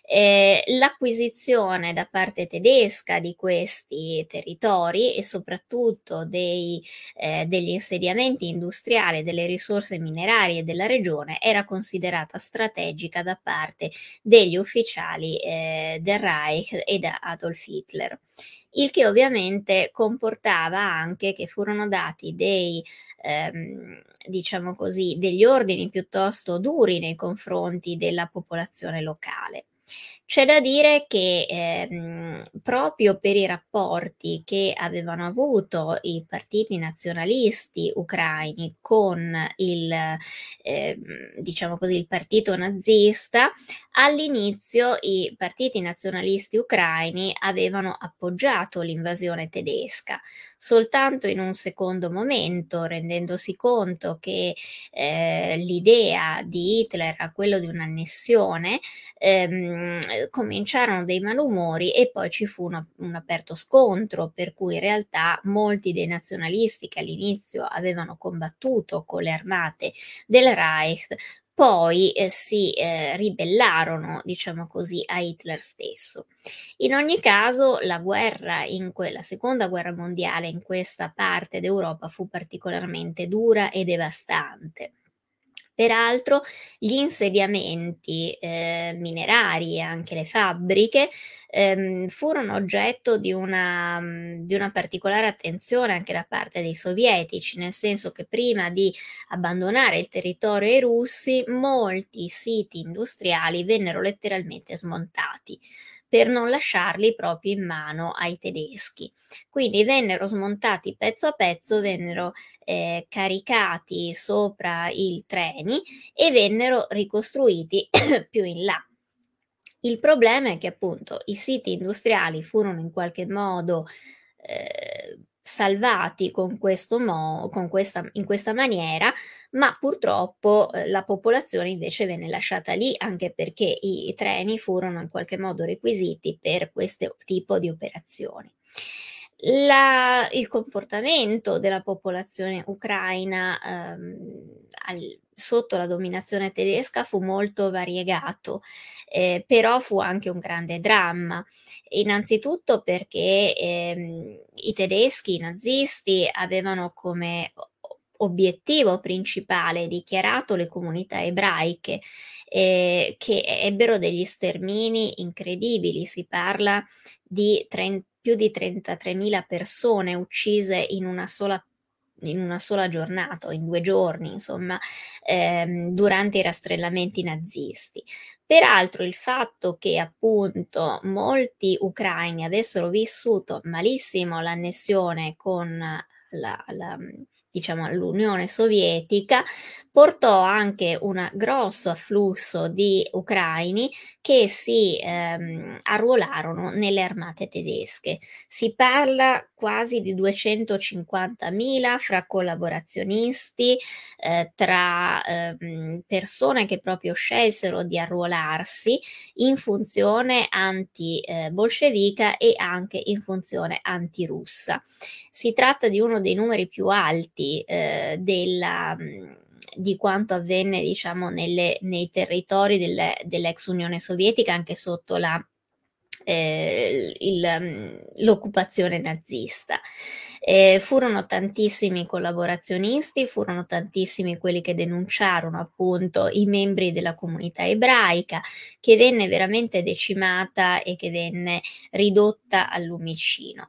eh, l'acquisizione da parte tedesca di questi territori e soprattutto dei, eh, degli insediamenti industriali e delle risorse minerarie della regione era considerata strategica da parte degli ufficiali eh, del Reich e da Adolf Hitler. Il che ovviamente comportava anche che furono dati dei, ehm, diciamo così, degli ordini piuttosto duri nei confronti della popolazione locale. C'è da dire che ehm, proprio per i rapporti che avevano avuto i partiti nazionalisti ucraini con il, ehm, diciamo così, il partito nazista, all'inizio i partiti nazionalisti ucraini avevano appoggiato l'invasione tedesca, soltanto in un secondo momento, rendendosi conto che eh, l'idea di Hitler era quello di un'annessione, ehm, cominciarono dei malumori e poi ci fu una, un aperto scontro, per cui in realtà molti dei nazionalisti che all'inizio avevano combattuto con le armate del Reich poi eh, si eh, ribellarono, diciamo così, a Hitler stesso. In ogni caso, la guerra, in que- la seconda guerra mondiale in questa parte d'Europa fu particolarmente dura e devastante. Peraltro gli insediamenti eh, minerari e anche le fabbriche ehm, furono oggetto di una, mh, di una particolare attenzione anche da parte dei sovietici, nel senso che prima di abbandonare il territorio ai russi, molti siti industriali vennero letteralmente smontati per non lasciarli proprio in mano ai tedeschi. Quindi vennero smontati pezzo a pezzo, vennero eh, caricati sopra i treni e vennero ricostruiti più in là. Il problema è che appunto i siti industriali furono in qualche modo eh, salvati con questo mo- con questa, in questa maniera, ma purtroppo eh, la popolazione invece venne lasciata lì, anche perché i, i treni furono in qualche modo requisiti per questo tipo di operazioni. La- il comportamento della popolazione ucraina ehm, al- sotto la dominazione tedesca fu molto variegato, eh, però fu anche un grande dramma. Innanzitutto perché ehm, i tedeschi, i nazisti, avevano come o- obiettivo principale dichiarato le comunità ebraiche, eh, che ebbero degli stermini incredibili. Si parla di trenta più di trentatremila persone uccise in una sola in una sola giornata o in due giorni, insomma, ehm, durante i rastrellamenti nazisti. Peraltro il fatto che appunto molti ucraini avessero vissuto malissimo l'annessione con la, la, diciamo, l'Unione Sovietica portò anche un grosso afflusso di ucraini che si ehm, arruolarono nelle armate tedesche. Si parla quasi di duecentocinquantamila fra collaborazionisti, eh, tra ehm, persone che proprio scelsero di arruolarsi in funzione anti-bolscevica e anche in funzione antirussa. Si tratta di uno dei numeri più alti eh, della di quanto avvenne, diciamo, nelle, nei territori del, dell'ex Unione Sovietica, anche sotto la, eh, il, l'occupazione nazista. Eh, furono tantissimi i collaborazionisti, furono tantissimi quelli che denunciarono appunto i membri della comunità ebraica, che venne veramente decimata e che venne ridotta al lumicino.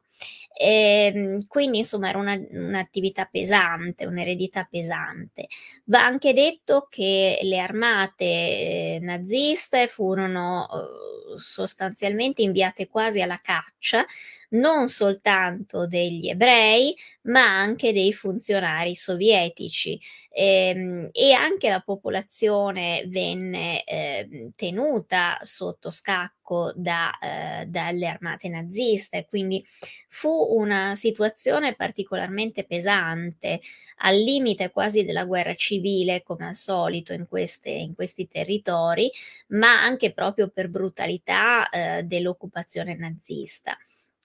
E, quindi insomma era una, un'attività pesante, un'eredità pesante. Va anche detto che le armate eh, naziste furono eh, sostanzialmente inviate quasi alla caccia, non soltanto degli ebrei, ma anche dei funzionari sovietici, ehm, e anche la popolazione venne eh, tenuta sotto scacco da, eh, dalle armate naziste, quindi fu una situazione particolarmente pesante, al limite quasi della guerra civile, come al solito in, queste, in questi territori, ma anche proprio per brutalità eh, dell'occupazione nazista.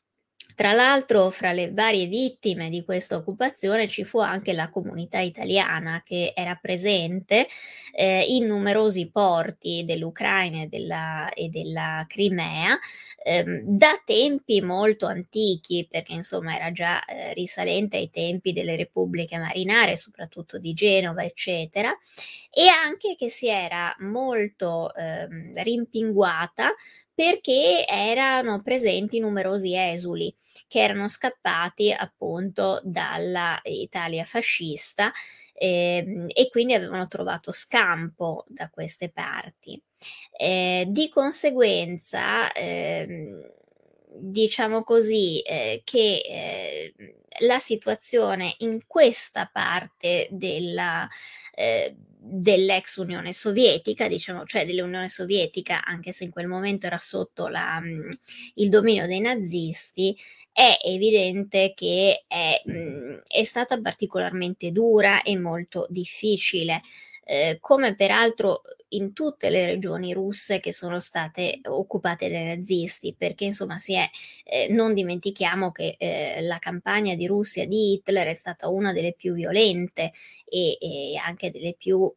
Tra l'altro, fra le varie vittime di questa occupazione ci fu anche la comunità italiana che era presente eh, in numerosi porti dell'Ucraina e della, e della Crimea ehm, da tempi molto antichi, perché insomma era già eh, risalente ai tempi delle repubbliche marinare, soprattutto di Genova, eccetera, e anche che si era molto ehm, rimpinguata perché erano presenti numerosi esuli che erano scappati appunto dalla Italia fascista ehm, e quindi avevano trovato scampo da queste parti. Eh, di conseguenza, ehm, diciamo così, eh, che eh, la situazione in questa parte della, eh, dell'ex Unione Sovietica, diciamo, cioè dell'Unione Sovietica, anche se in quel momento era sotto la, mh, il dominio dei nazisti, è evidente che è, mh, è stata particolarmente dura e molto difficile, eh, come peraltro in tutte le regioni russe che sono state occupate dai nazisti, perché insomma si è, eh, non dimentichiamo che eh, la campagna di Russia di Hitler è stata una delle più violente e, e anche delle più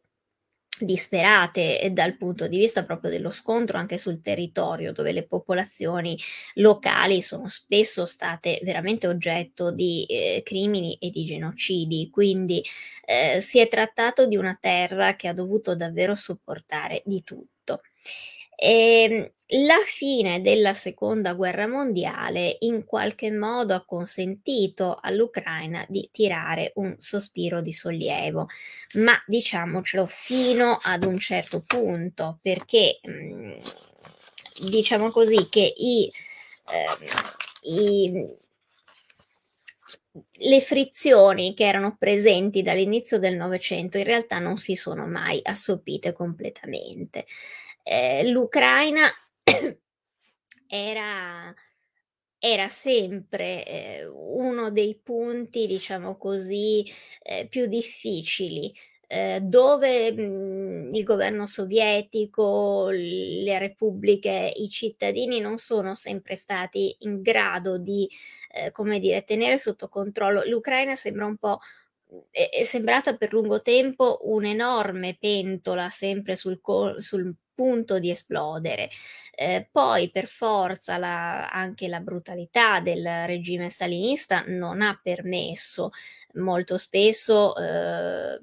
disperate dal punto di vista proprio dello scontro anche sul territorio, dove le popolazioni locali sono spesso state veramente oggetto di eh, crimini e di genocidi, quindi eh, si è trattato di una terra che ha dovuto davvero sopportare di tutto. E la fine della seconda guerra mondiale in qualche modo ha consentito all'Ucraina di tirare un sospiro di sollievo, ma diciamocelo fino ad un certo punto, perché mh, diciamo così che i, eh, i le frizioni che erano presenti dall'inizio del Novecento in realtà non si sono mai assopite completamente. Eh, L'Ucraina era era sempre, ehm, uno dei punti, diciamo così, ehm, più difficili, ehm, dove, mhmm, il governo sovietico, l le repubbliche, i cittadini non sono sempre stati in grado di, ehm, come dire, tenere sotto controllo l'Ucraina sembra un po' mhmm, è è sembrata per lungo tempo un'enorme pentola sempre sul co sul punto di esplodere. Ehm, poi per forza la anche la brutalità del regime stalinista non ha permesso molto spesso, uhm,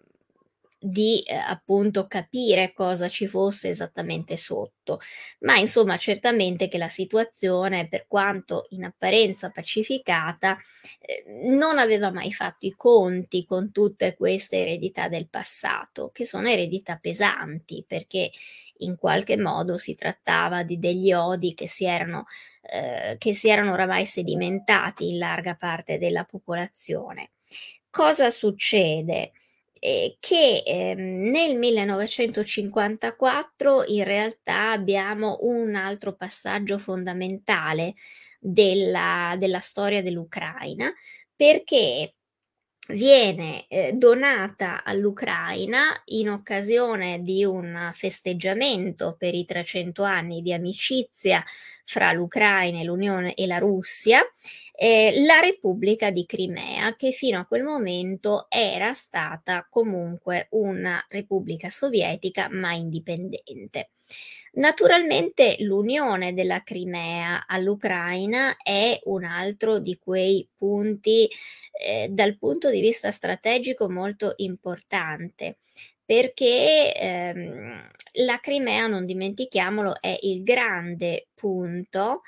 di, ehm, appunto capire cosa ci fosse esattamente sotto. Ma insomma certamente che la situazione, per quanto in apparenza pacificata, ehm, non aveva mai fatto i conti con tutte queste eredità del passato, che sono eredità pesanti, perché in qualche modo si trattava di degli odi che si erano ehm, che si erano oramai sedimentati in larga parte della popolazione. Cosa succede? Ehm, che, ehm, nel millenovecentocinquantaquattro in realtà abbiamo un altro passaggio fondamentale della della storia dell'Ucraina, perché viene, ehm, donata all'Ucraina in occasione di un festeggiamento per i trecento anni di amicizia fra l'Ucraina e l'Unione e la Russia, ehm, la Repubblica di Crimea, che fino a quel momento era stata comunque una repubblica sovietica ma indipendente. Naturalmente l'unione della Crimea all'Ucraina è un altro di quei punti, ehm, dal punto di vista strategico molto importante, perché, ehm, la Crimea, non dimentichiamolo, è il grande punto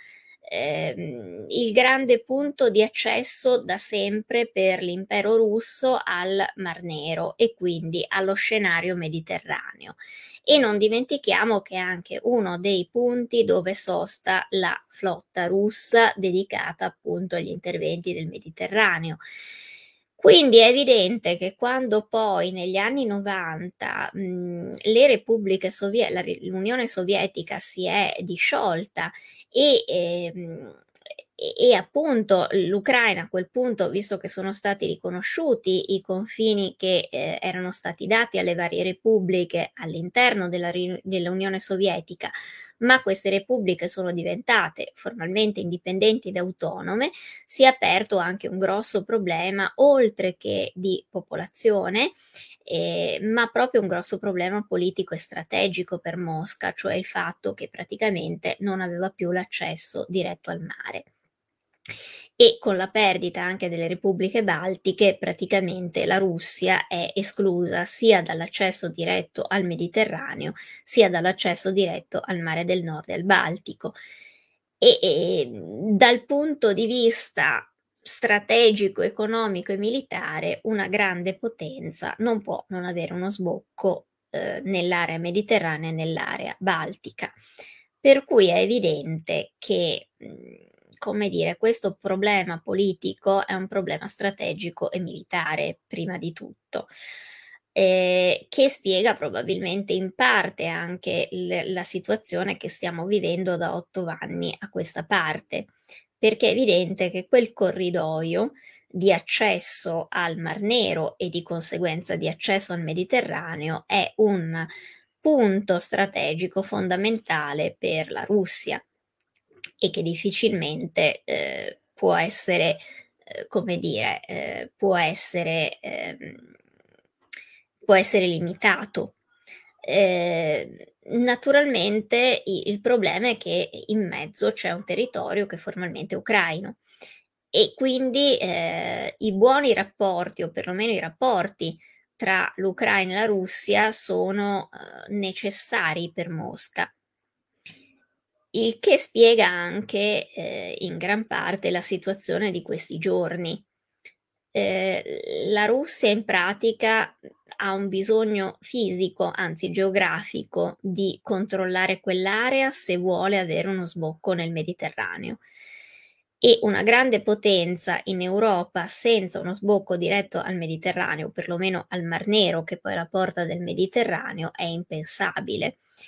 ehm, il grande punto di accesso da sempre per l'impero russo al Mar Nero e quindi allo scenario mediterraneo. E non dimentichiamo che è anche uno dei punti dove sosta la flotta russa dedicata appunto agli interventi del Mediterraneo. Quindi è evidente che quando poi negli anni novanta, mhmm, le repubbliche sovie la ri l'Unione Sovietica si è disciolta e, ehm, e e appunto l'Ucraina a quel punto, visto che sono stati riconosciuti i confini che, ehm, erano stati dati alle varie repubbliche all'interno della ri dell'Unione Sovietica, ma queste repubbliche sono diventate formalmente indipendenti ed autonome, si è aperto anche un grosso problema, oltre che di popolazione, ehm, ma proprio un grosso problema politico e strategico per Mosca, cioè il fatto che praticamente non aveva più l'accesso diretto al mare. E con la perdita anche delle repubbliche baltiche, praticamente la Russia è esclusa sia dall'accesso diretto al Mediterraneo, sia dall'accesso diretto al Mare del Nord e al Baltico. E, ehm, dal punto di vista strategico, economico e militare, una grande potenza non può non avere uno sbocco, uhm, nell'area mediterranea e nell'area baltica. Per cui è evidente che, mhmm, come dire, questo problema politico è un problema strategico e militare prima di tutto, ehm, che spiega probabilmente in parte anche l la situazione che stiamo vivendo da otto anni a questa parte, perché è evidente che quel corridoio di accesso al Mar Nero e di conseguenza di accesso al Mediterraneo è un punto strategico fondamentale per la Russia e che difficilmente, ehm, può essere, ehm, come dire, ehm, può essere ehm, può essere limitato. Ehm, naturalmente i il problema è che in mezzo c'è un territorio che formalmente è ucraino e quindi, ehm, i buoni rapporti, o perlomeno i rapporti tra l'Ucraina e la Russia sono, uhm, necessari per Mosca. Il che spiega anche, ehm, in gran parte la situazione di questi giorni. Ehm, la Russia in pratica, mhmm, ha un bisogno fisico, anzi geografico, di controllare quell'area se vuole avere uno sbocco nel Mediterraneo. E una grande potenza in Europa senza uno sbocco diretto al Mediterraneo, o perlomeno al Mar Nero, che poi è la porta del Mediterraneo, è impensabile.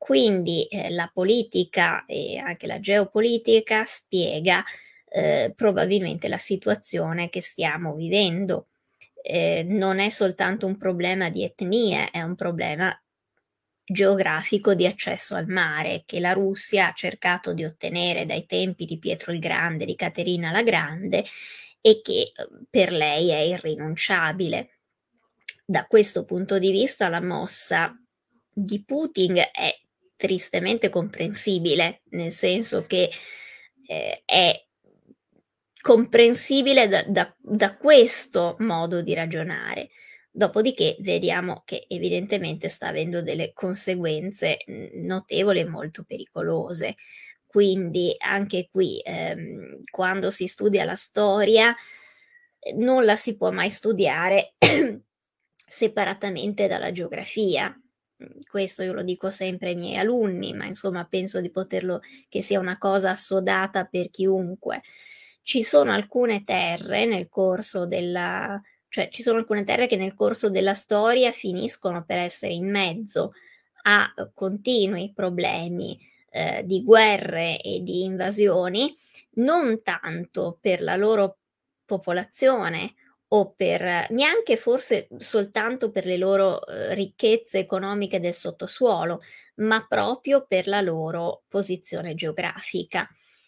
quindi eh, la politica e anche la geopolitica spiega eh, probabilmente la situazione che stiamo vivendo. Eh, non è soltanto un problema di etnie, è un problema geografico di accesso al mare che la Russia ha cercato di ottenere dai tempi di Pietro il Grande, di Caterina la Grande, e che per lei è irrinunciabile. Da questo punto di vista la mossa di Putin è tristemente comprensibile, nel senso che eh, è comprensibile da, da, da questo modo di ragionare. Dopodiché vediamo che evidentemente sta avendo delle conseguenze notevoli e molto pericolose. Quindi anche qui, ehm, quando si studia la storia, non la si può mai studiare separatamente dalla geografia. Questo io lo dico sempre ai miei alunni, ma insomma penso di poterlo, che sia una cosa assodata per chiunque. Ci sono alcune terre nel corso della, cioè ci sono alcune terre che nel corso della storia finiscono per essere in mezzo a continui problemi eh, di guerre e di invasioni, non tanto per la loro popolazione o per neanche forse soltanto per le loro eh, ricchezze economiche del sottosuolo, ma proprio per la loro posizione geografica.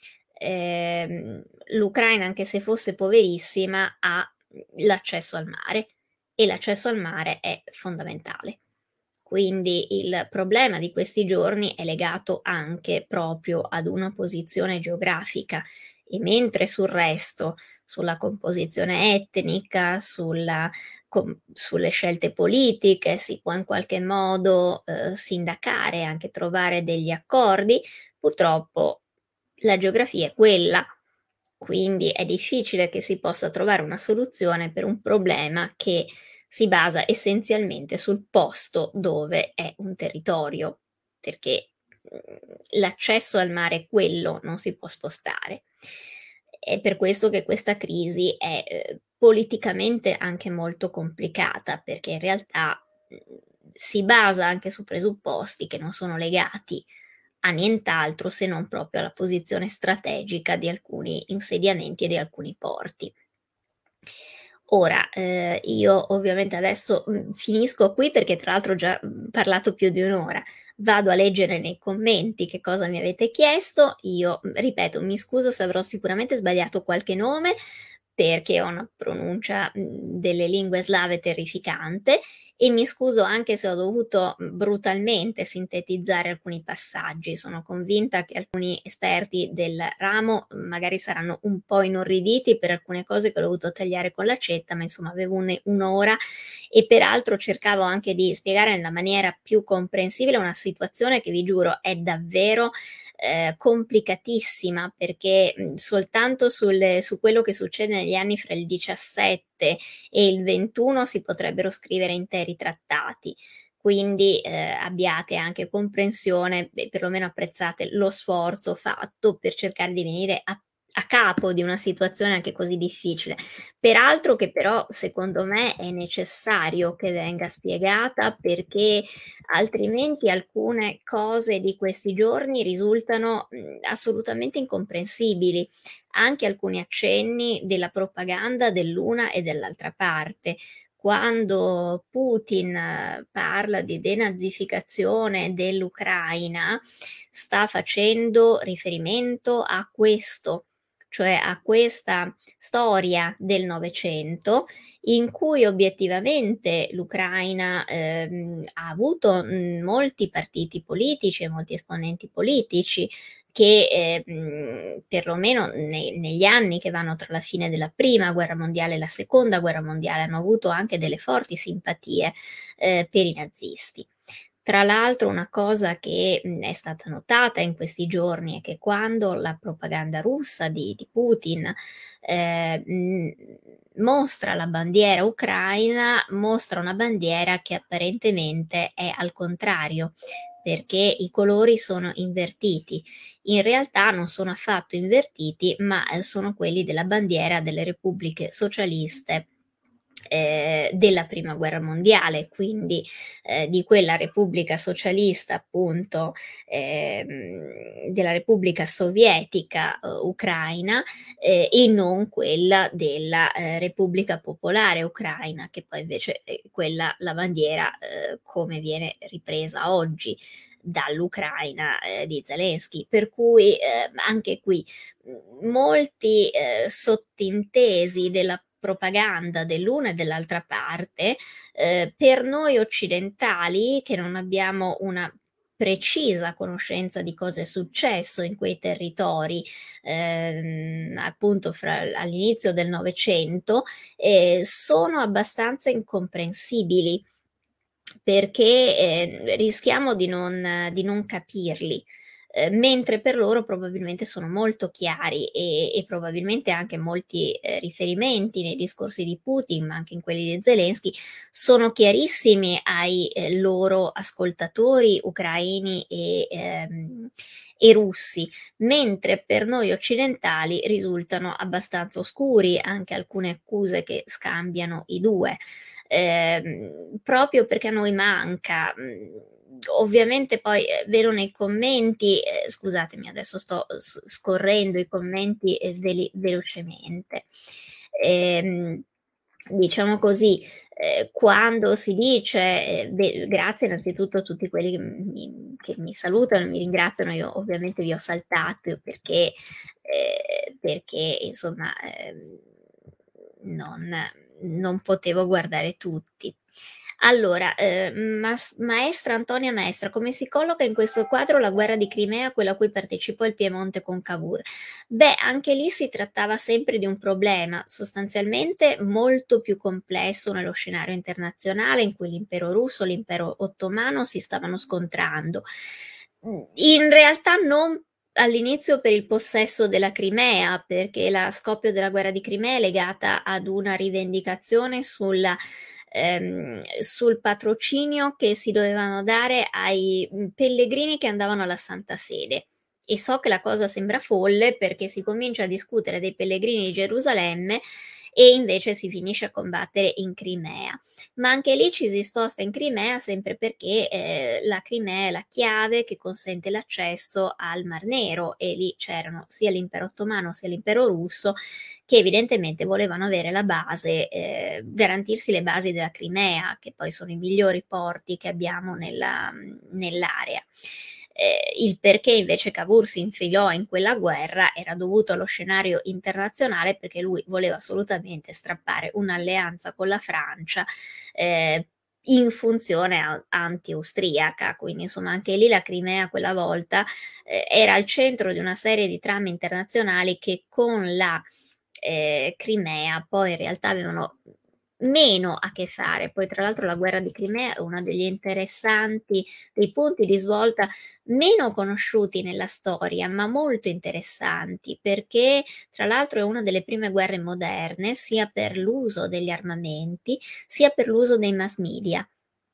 Eh, L'Ucraina, anche se fosse poverissima, ha l'accesso al mare e l'accesso al mare è fondamentale. Quindi il problema di questi giorni è legato anche proprio ad una posizione geografica, e mentre sul resto, sulla composizione etnica, sulla, com, sulle scelte politiche, si può in qualche modo eh, sindacare, anche trovare degli accordi, purtroppo la geografia è quella. Quindi è difficile che si possa trovare una soluzione per un problema che si basa essenzialmente sul posto dove è un territorio, perché l'accesso al mare è quello, non si può spostare. È per questo che questa crisi è eh, politicamente anche molto complicata, perché in realtà mh, si basa anche su presupposti che non sono legati a nient'altro se non proprio alla posizione strategica di alcuni insediamenti e di alcuni porti. Ora, eh, io ovviamente adesso mh, finisco qui perché tra l'altro ho già mh, parlato più di un'ora. Vado a leggere nei commenti che cosa mi avete chiesto. Io, ripeto, mi scuso se avrò sicuramente sbagliato qualche nome, perché ho una pronuncia delle lingue slave terrificante, e mi scuso anche se ho dovuto brutalmente sintetizzare alcuni passaggi. Sono convinta che alcuni esperti del ramo magari saranno un po' inorriditi per alcune cose che ho dovuto tagliare con l'accetta, ma insomma avevo un, un'ora e peraltro cercavo anche di spiegare nella maniera più comprensibile una situazione che vi giuro è davvero eh, complicatissima, perché mh, soltanto sul, su quello che succede negli anni fra il diciassette e il ventuno si potrebbero scrivere interi trattati. Quindi eh, abbiate anche comprensione e perlomeno apprezzate lo sforzo fatto per cercare di venire a a capo di una situazione anche così difficile. Peraltro che però secondo me è necessario che venga spiegata, perché altrimenti alcune cose di questi giorni risultano mh, assolutamente incomprensibili, anche alcuni accenni della propaganda dell'una e dell'altra parte. Quando Putin eh, parla di denazificazione dell'Ucraina, sta facendo riferimento a questo, cioè a questa storia del Novecento in cui obiettivamente l'Ucraina ehm, ha avuto mh, molti partiti politici e molti esponenti politici che eh, mh, perlomeno ne, negli anni che vanno tra la fine della prima guerra mondiale e la seconda guerra mondiale hanno avuto anche delle forti simpatie eh, per i nazisti. Tra l'altro una cosa che mh, è stata notata in questi giorni è che quando la propaganda russa di, di Putin eh, mh, mostra la bandiera ucraina, mostra una bandiera che apparentemente è al contrario, perché i colori sono invertiti. In realtà non sono affatto invertiti, ma eh, sono quelli della bandiera delle repubbliche socialiste eh, della prima guerra mondiale, quindi eh, di quella Repubblica Socialista, appunto, ehm, della Repubblica Sovietica eh, Ucraina, eh, e non quella della eh, Repubblica Popolare Ucraina, che poi invece è quella, la bandiera, eh, come viene ripresa oggi dall'Ucraina eh, di Zelensky. Per cui eh, anche qui mh, molti eh, sottintesi della propaganda dell'una e dell'altra parte, eh, per noi occidentali che non abbiamo una precisa conoscenza di cosa è successo in quei territori, ehm, appunto fra, all'inizio del Novecento, eh, sono abbastanza incomprensibili perché eh, rischiamo di non, di non capirli. Eh, mentre per loro probabilmente sono molto chiari e, e probabilmente anche molti eh, riferimenti nei discorsi di Putin, ma anche in quelli di Zelensky, sono chiarissimi ai eh, loro ascoltatori ucraini e, ehm, e russi, mentre per noi occidentali risultano abbastanza oscuri anche alcune accuse che scambiano i due. Ehm, proprio perché a noi manca. Mh, Ovviamente poi eh, vedo nei commenti, eh, scusatemi, adesso sto s- scorrendo i commenti eh, veli- velocemente. Ehm, diciamo così, eh, quando si dice, eh, beh, grazie innanzitutto a tutti quelli che mi, che mi salutano, mi ringraziano, io ovviamente vi ho saltato perché, eh, perché insomma, ehm, non, non potevo guardare tutti. Allora, eh, mas- maestra Antonia Maestra, come si colloca in questo quadro la guerra di Crimea, quella a cui partecipò il Piemonte con Cavour? Beh, anche lì si trattava sempre di un problema sostanzialmente molto più complesso nello scenario internazionale in cui l'impero russo e l'impero ottomano si stavano scontrando. In realtà non all'inizio per il possesso della Crimea, perché la scoppio della guerra di Crimea è legata ad una rivendicazione sulla ehm, sul patrocinio che si dovevano dare ai mh, pellegrini che andavano alla Santa Sede. E so che la cosa sembra folle perché si comincia a discutere dei pellegrini di Gerusalemme e invece si finisce a combattere in Crimea. Ma anche lì ci si sposta in Crimea sempre perché eh, la Crimea è la chiave che consente l'accesso al Mar Nero e lì c'erano sia l'impero ottomano sia l'impero russo che evidentemente volevano avere la base, eh, garantirsi le basi della Crimea, che poi sono i migliori porti che abbiamo nella, nell'area. Eh, il perché invece Cavour si infilò in quella guerra era dovuto allo scenario internazionale perché lui voleva assolutamente strappare un'alleanza con la Francia eh, in funzione a- anti-austriaca, quindi insomma anche lì la Crimea quella volta eh, era al centro di una serie di trame internazionali che con la eh, Crimea poi in realtà avevano meno a che fare. Poi tra l'altro la guerra di Crimea è uno degli interessanti, dei punti di svolta meno conosciuti nella storia, ma molto interessanti, perché tra l'altro è una delle prime guerre moderne, sia per l'uso degli armamenti, sia per l'uso dei mass media.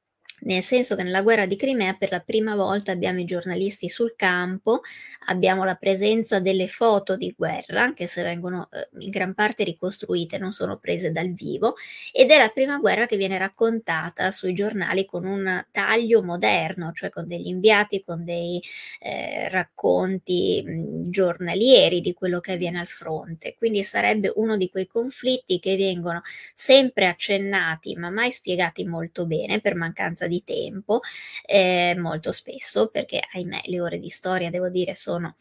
Nel senso che nella guerra di Crimea per la prima volta abbiamo i giornalisti sul campo, abbiamo la presenza delle foto di guerra, anche se vengono eh, in gran parte ricostruite, non sono prese dal vivo, ed è la prima guerra che viene raccontata sui giornali con un taglio moderno, cioè con degli inviati, con dei eh, racconti mh, giornalieri di quello che avviene al fronte. Quindi sarebbe uno di quei conflitti che vengono sempre accennati, ma mai spiegati molto bene per mancanza di tempo, eh, molto spesso, perché ahimè le ore di storia, devo dire, sono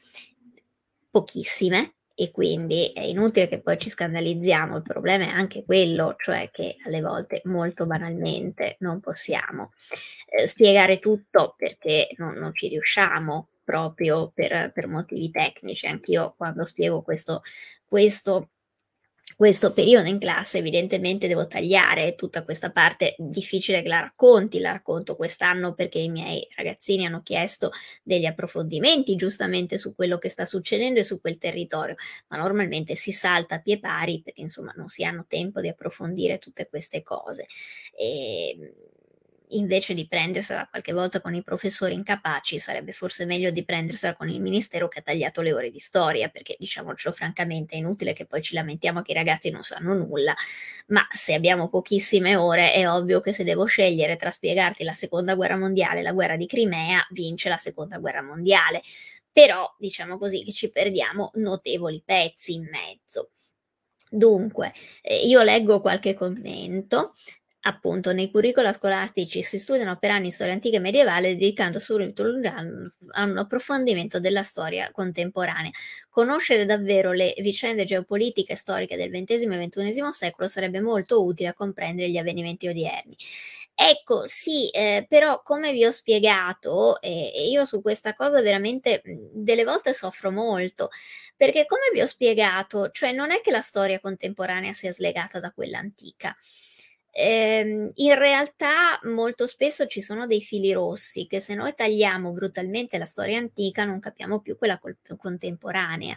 pochissime e quindi è inutile che poi ci scandalizziamo, il problema è anche quello, cioè che alle volte molto banalmente non possiamo eh, spiegare tutto perché non, non ci riusciamo proprio per, per motivi tecnici. Anch'io quando spiego questo, questo questo periodo in classe evidentemente devo tagliare tutta questa parte difficile che la racconti, la racconto quest'anno perché i miei ragazzini hanno chiesto degli approfondimenti giustamente su quello che sta succedendo e su quel territorio, ma normalmente si salta a pie pari perché insomma non si hanno tempo di approfondire tutte queste cose. E, invece di prendersela qualche volta con i professori incapaci, sarebbe forse meglio di prendersela con il ministero che ha tagliato le ore di storia, perché diciamocelo francamente è inutile che poi ci lamentiamo che i ragazzi non sanno nulla, ma se abbiamo pochissime ore è ovvio che se devo scegliere tra spiegarti la seconda guerra mondiale e la guerra di Crimea, vince la seconda guerra mondiale. Però diciamo così che ci perdiamo notevoli pezzi in mezzo. Dunque, eh, io leggo qualche commento. Appunto, nei curricula scolastici si studiano per anni storia antica e medievale, dedicando subito un anno a un approfondimento della storia contemporanea. Conoscere davvero le vicende geopolitiche e storiche del ventesimo e ventunesimo secolo sarebbe molto utile a comprendere gli avvenimenti odierni. Ecco, sì, eh, però come vi ho spiegato, eh, e io su questa cosa veramente mh, delle volte soffro molto, perché come vi ho spiegato, cioè non è che la storia contemporanea sia slegata da quella antica. Ehm, in realtà molto spesso ci sono dei fili rossi che se noi tagliamo brutalmente la storia antica non capiamo più quella col- contemporanea.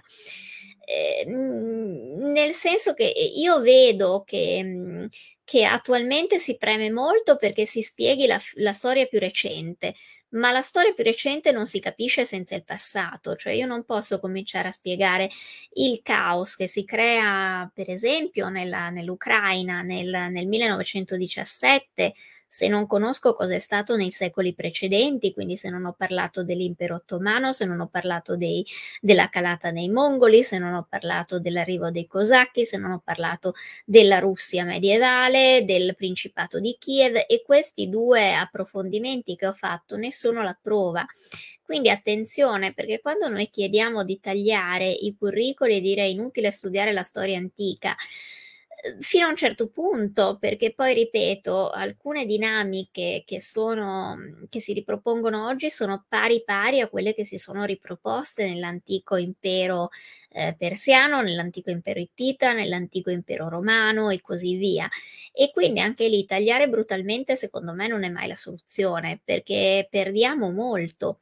Ehm, nel senso che io vedo che, mh, che attualmente si preme molto perché si spieghi la, la storia più recente, ma la storia più recente non si capisce senza il passato, cioè io non posso cominciare a spiegare il caos che si crea, per esempio, nella- nell'Ucraina nel, nel millenovecentodiciassette, se non conosco cosa è stato nei secoli precedenti, quindi se non ho parlato dell'impero ottomano, se non ho parlato dei- della calata dei mongoli, se non ho parlato dell'arrivo dei cosacchi, se non ho parlato della Russia medievale, del Principato di Kiev, e questi due approfondimenti che ho fatto ne sono la prova. Quindi attenzione, perché quando noi chiediamo di tagliare i curricoli e dire è inutile studiare la storia antica, eh, fino a un certo punto, perché poi ripeto, alcune dinamiche che sono, che si ripropongono oggi sono pari pari a quelle che si sono riproposte nell'antico impero eh, persiano, nell'antico impero ittita, nell'antico impero romano e così via. E quindi anche lì tagliare brutalmente secondo me non è mai la soluzione, perché perdiamo molto.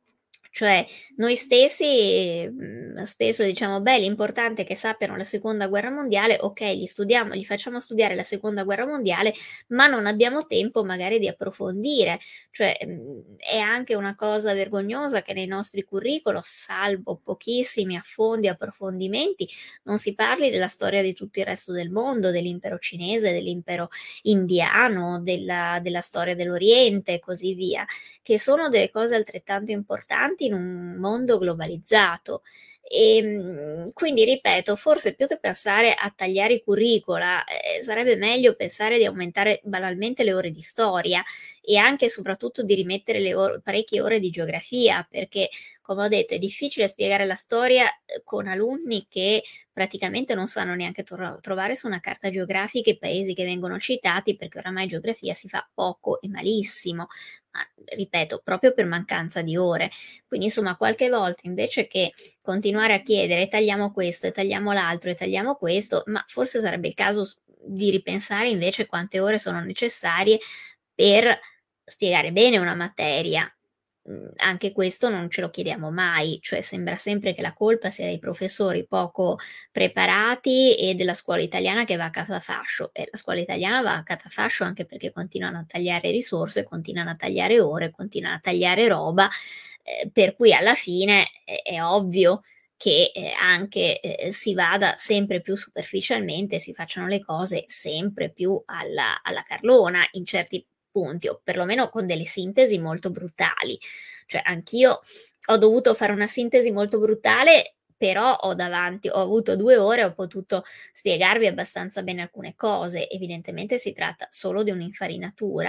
Cioè, noi stessi mh, spesso diciamo, beh, l'importante è che sappiano la seconda guerra mondiale, ok, gli studiamo, gli facciamo studiare la seconda guerra mondiale, ma non abbiamo tempo magari di approfondire. Cioè, mh, è anche una cosa vergognosa che nei nostri curriculum, salvo pochissimi affondi e approfondimenti, non si parli della storia di tutto il resto del mondo, dell'impero cinese, dell'impero indiano, della, della storia dell'Oriente e così via, che sono delle cose altrettanto importanti in un mondo globalizzato. E mh, quindi ripeto, forse più che pensare a tagliare i curricula, eh, sarebbe meglio pensare di aumentare banalmente le ore di storia e anche e soprattutto di rimettere le or- parecchie ore di geografia, perché come ho detto è difficile spiegare la storia eh, con alunni che praticamente non sanno neanche tro- trovare su una carta geografica i paesi che vengono citati, perché oramai geografia si fa poco e malissimo, ma ripeto, proprio per mancanza di ore. Quindi insomma, qualche volta invece che continuare a chiedere tagliamo questo e tagliamo l'altro e tagliamo questo, ma forse sarebbe il caso s- di ripensare invece quante ore sono necessarie per spiegare bene una materia. Mm, Anche questo non ce lo chiediamo mai, cioè sembra sempre che la colpa sia dei professori poco preparati e della scuola italiana che va a catafascio. E la scuola italiana va a catafascio anche perché continuano a tagliare risorse, continuano a tagliare ore, continuano a tagliare roba, eh, per cui alla fine è, è ovvio che eh, anche eh, si vada sempre più superficialmente, si facciano le cose sempre più alla, alla carlona in certi punti, o perlomeno con delle sintesi molto brutali. Cioè, anch'io ho dovuto fare una sintesi molto brutale, però ho davanti, ho avuto due ore, ho potuto spiegarvi abbastanza bene alcune cose. Evidentemente si tratta solo di un'infarinatura.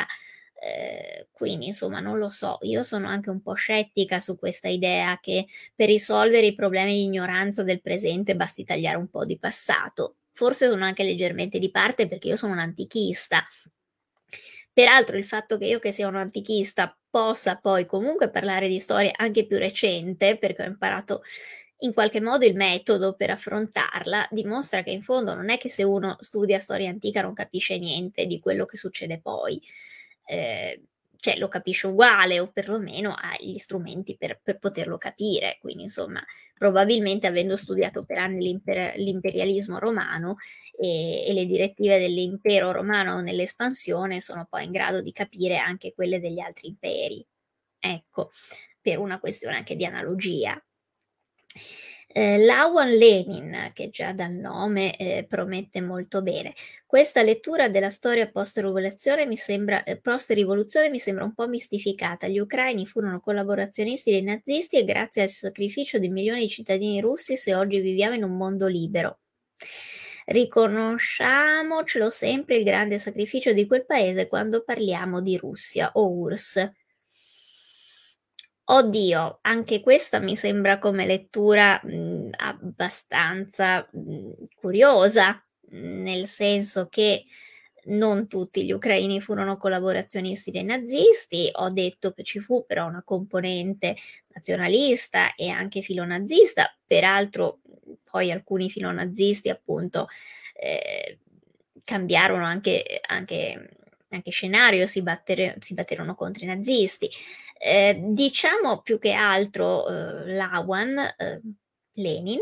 Eh, quindi, insomma, non lo so. Io sono anche un po' scettica su questa idea che per risolvere i problemi di ignoranza del presente basti tagliare un po' di passato. Forse sono anche leggermente di parte perché io sono un antichista. Peraltro il fatto che io che sia un antichista possa poi comunque parlare di storia anche più recente, perché ho imparato in qualche modo il metodo per affrontarla, dimostra che in fondo non è che se uno studia storia antica non capisce niente di quello che succede poi. Eh, cioè lo capisce uguale o perlomeno ha gli strumenti per per poterlo capire. Quindi insomma, probabilmente avendo studiato per anni l'imper l'imperialismo romano, e e le direttive dell'impero romano nell'espansione, sono poi in grado di capire anche quelle degli altri imperi. Ecco, per una questione anche di analogia. Ehm, Lawan Lenin, che già dal nome, ehm, promette molto bene. Questa lettura della storia post-rivoluzione mi sembra ehm, post-rivoluzione mi sembra un po' mistificata. Gli ucraini furono collaborazionisti dei nazisti e grazie al sacrificio di milioni di cittadini russi se oggi viviamo in un mondo libero. Riconosciamocelo sempre il grande sacrificio di quel paese quando parliamo di Russia o U R S S. Oddio, anche questa mi sembra come lettura, mhmm, abbastanza, mhmm, curiosa, mhmm, nel senso che non tutti gli ucraini furono collaborazionisti dei nazisti. Ho detto che ci fu però una componente nazionalista e anche filonazista. Peraltro, mhmm, poi alcuni filonazzisti appunto, ehm, cambiarono anche anche anche scenario, si battere si batterono contro i nazisti. Ehm, diciamo più che altro, uhm, Lawan, uhm, Lenin,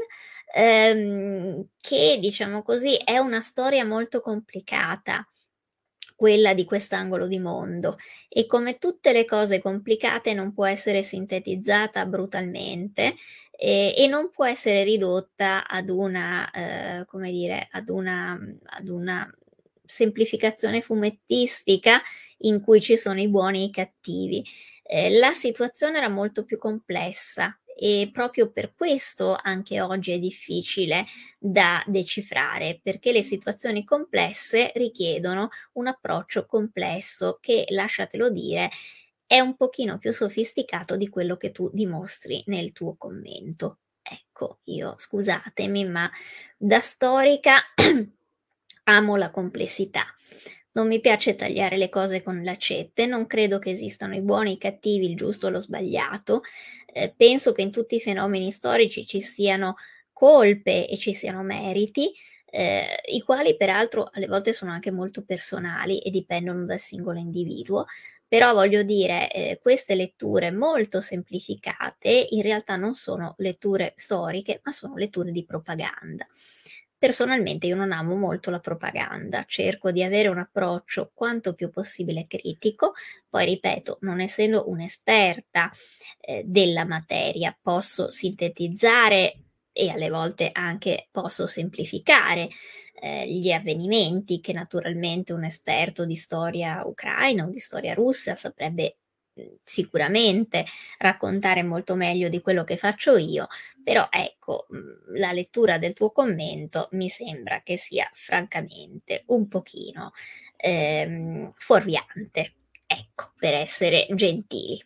ehm, che diciamo così è una storia molto complicata, quella di quest'angolo di mondo, e come tutte le cose complicate non può essere sintetizzata brutalmente, e e non può essere ridotta ad una ehm, come dire, ad una mhmm, ad una semplificazione fumettistica in cui ci sono i buoni e i cattivi. Ehm, la situazione era molto più complessa e proprio per questo anche oggi è difficile da decifrare, perché le situazioni complesse richiedono un approccio complesso che, lasciatelo dire, è un pochino più sofisticato di quello che tu dimostri nel tuo commento. Ecco, io scusatemi, ma da storica amo la complessità. Non mi piace tagliare le cose con l'accette, non credo che esistano i buoni e i cattivi, il giusto o lo sbagliato. Ehm, penso che in tutti i fenomeni storici ci siano colpe e ci siano meriti, ehm, i quali peraltro alle volte sono anche molto personali e dipendono dal singolo individuo. Però voglio dire, ehm, queste letture molto semplificate in realtà non sono letture storiche, ma sono letture di propaganda. Personalmente io non amo molto la propaganda, cerco di avere un approccio quanto più possibile critico. Poi ripeto, non essendo un'esperta, ehm, della materia, posso sintetizzare e alle volte anche posso semplificare, ehm, gli avvenimenti che naturalmente un esperto di storia ucraina o di storia russa saprebbe, mhmm, sicuramente raccontare molto meglio di quello che faccio io. Però ecco, mhmm, la lettura del tuo commento mi sembra che sia francamente un pochino, ehm, fuorviante, ecco, per essere gentili.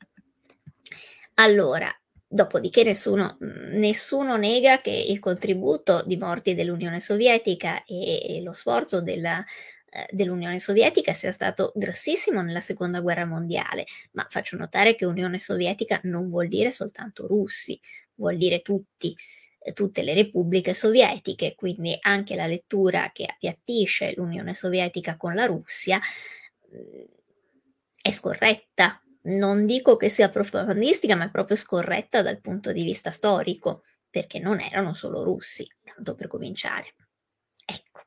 Allora, dopodiché nessuno mhmm, nessuno nega che il contributo di morti dell'Unione Sovietica e e lo sforzo della ehm, dell'Unione Sovietica sia stato grossissimo nella seconda guerra mondiale, ma faccio notare che Unione Sovietica non vuol dire soltanto russi, vuol dire tutti, ehm, tutte le repubbliche sovietiche, quindi anche la lettura che appiattisce l'Unione Sovietica con la Russia, mhmm, è scorretta. Non dico che sia propagandistica, ma è proprio scorretta dal punto di vista storico, perché non erano solo russi, tanto per cominciare. Ecco.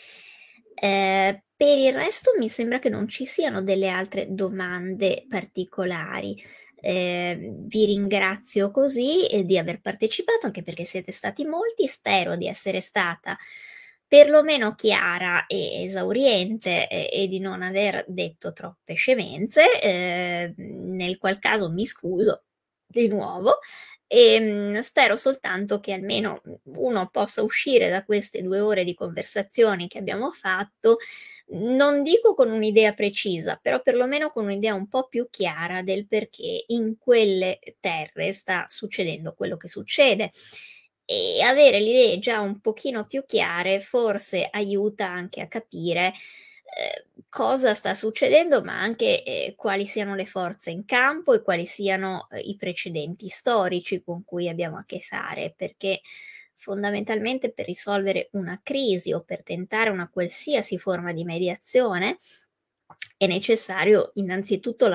Ehm, per il resto mi sembra che non ci siano delle altre domande particolari. Ehm, vi ringrazio così, ehm, di aver partecipato, anche perché siete stati molti. Spero di essere stata perlomeno chiara e esauriente e e di non aver detto troppe scemenze, ehm, nel qual caso mi scuso di nuovo. Ehm, spero soltanto che almeno, mhmm, uno possa uscire da queste due ore di conversazioni che abbiamo fatto, non dico con un'idea precisa, però perlomeno con un'idea un po' più chiara del perché in quelle terre sta succedendo quello che succede. E avere le idee già un pochino più chiare forse aiuta anche a capire, ehm, cosa sta succedendo, ma anche, ehm, quali siano le forze in campo e quali siano, ehm, i precedenti storici con cui abbiamo a che fare, perché fondamentalmente per risolvere una crisi o per tentare una qualsiasi forma di mediazione è necessario innanzitutto la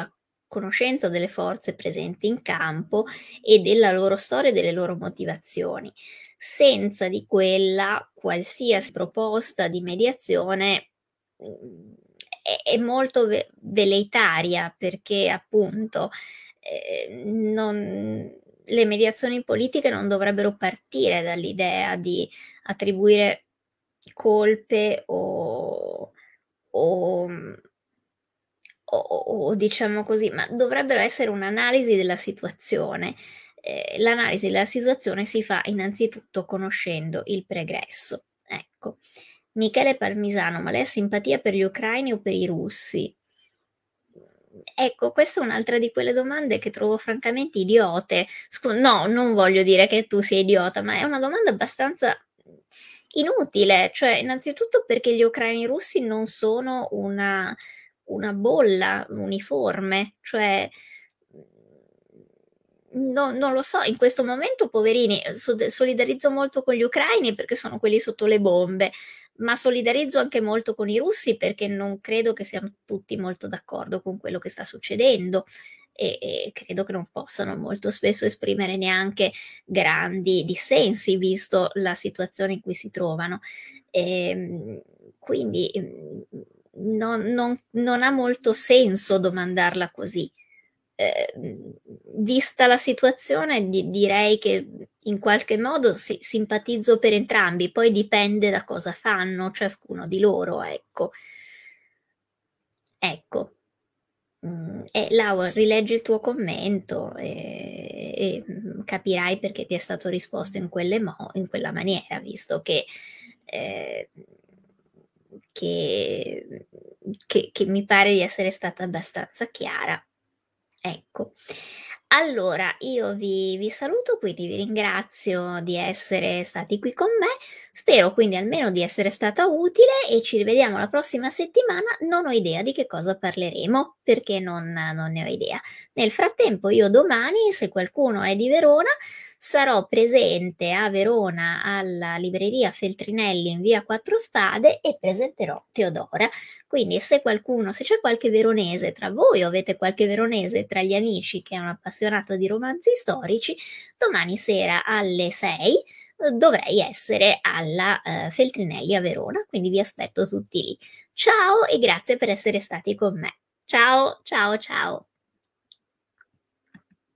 conoscenza delle forze presenti in campo e della loro storia e delle loro motivazioni. Senza di quella, qualsiasi proposta di mediazione mhmm, è è molto ve velleitaria perché appunto, ehm, non le mediazioni politiche non dovrebbero partire dall'idea di attribuire colpe o o mhmm, o o o diciamo così, ma dovrebbero essere un'analisi della situazione. Ehm, l'analisi della situazione si fa innanzitutto conoscendo il pregresso. Ecco. Michele Palmisano: "Ma lei ha simpatia per gli ucraini o per i russi?" Mhmm, ecco, questa è un'altra di quelle domande che trovo francamente idiote. Scu no, non voglio dire che tu sia idiota, ma è una domanda abbastanza, mhmm, inutile. Cioè, innanzitutto perché gli ucraini russi non sono una una bolla uniforme, cioè, mhmm, no non lo so, in questo momento poverini, uhm, sod solidarizzo molto con gli ucraini perché sono quelli sotto le bombe, ma solidarizzo anche molto con i russi perché non credo che siano tutti molto d'accordo con quello che sta succedendo e e credo che non possano molto spesso esprimere neanche grandi dissensi, visto la situazione in cui si trovano. Ehm, quindi, mhmm, non non non ha molto senso domandarla così. Ehm, vista la situazione di direi che, mhmm, in qualche modo sì, simpatizzo per entrambi, poi dipende da cosa fanno ciascuno di loro, ecco. Ecco. Mhmm, e Lau, rileggi il tuo commento, e e, mhmm, capirai perché ti è stato risposto in quelle mo in quella maniera, visto che ehm, che mhmm, che che mi pare di essere stata abbastanza chiara. Ecco. Allora io vi vi saluto, quindi vi ringrazio di essere stati qui con me, spero quindi almeno di essere stata utile e ci rivediamo la prossima settimana. Non ho idea di che cosa parleremo, perché non non ne ho idea. Nel frattempo io domani, se qualcuno è di Verona, sarò presente a Verona alla libreria Feltrinelli in via Quattro Spade e presenterò Teodora. Quindi se qualcuno se c'è qualche veronese tra voi o avete qualche veronese tra gli amici che è un appassionato di romanzi storici, domani sera alle sei, uhm, dovrei essere alla, ehm, Feltrinelli a Verona, quindi vi aspetto tutti lì. Ciao e grazie per essere stati con me. Ciao, ciao, ciao.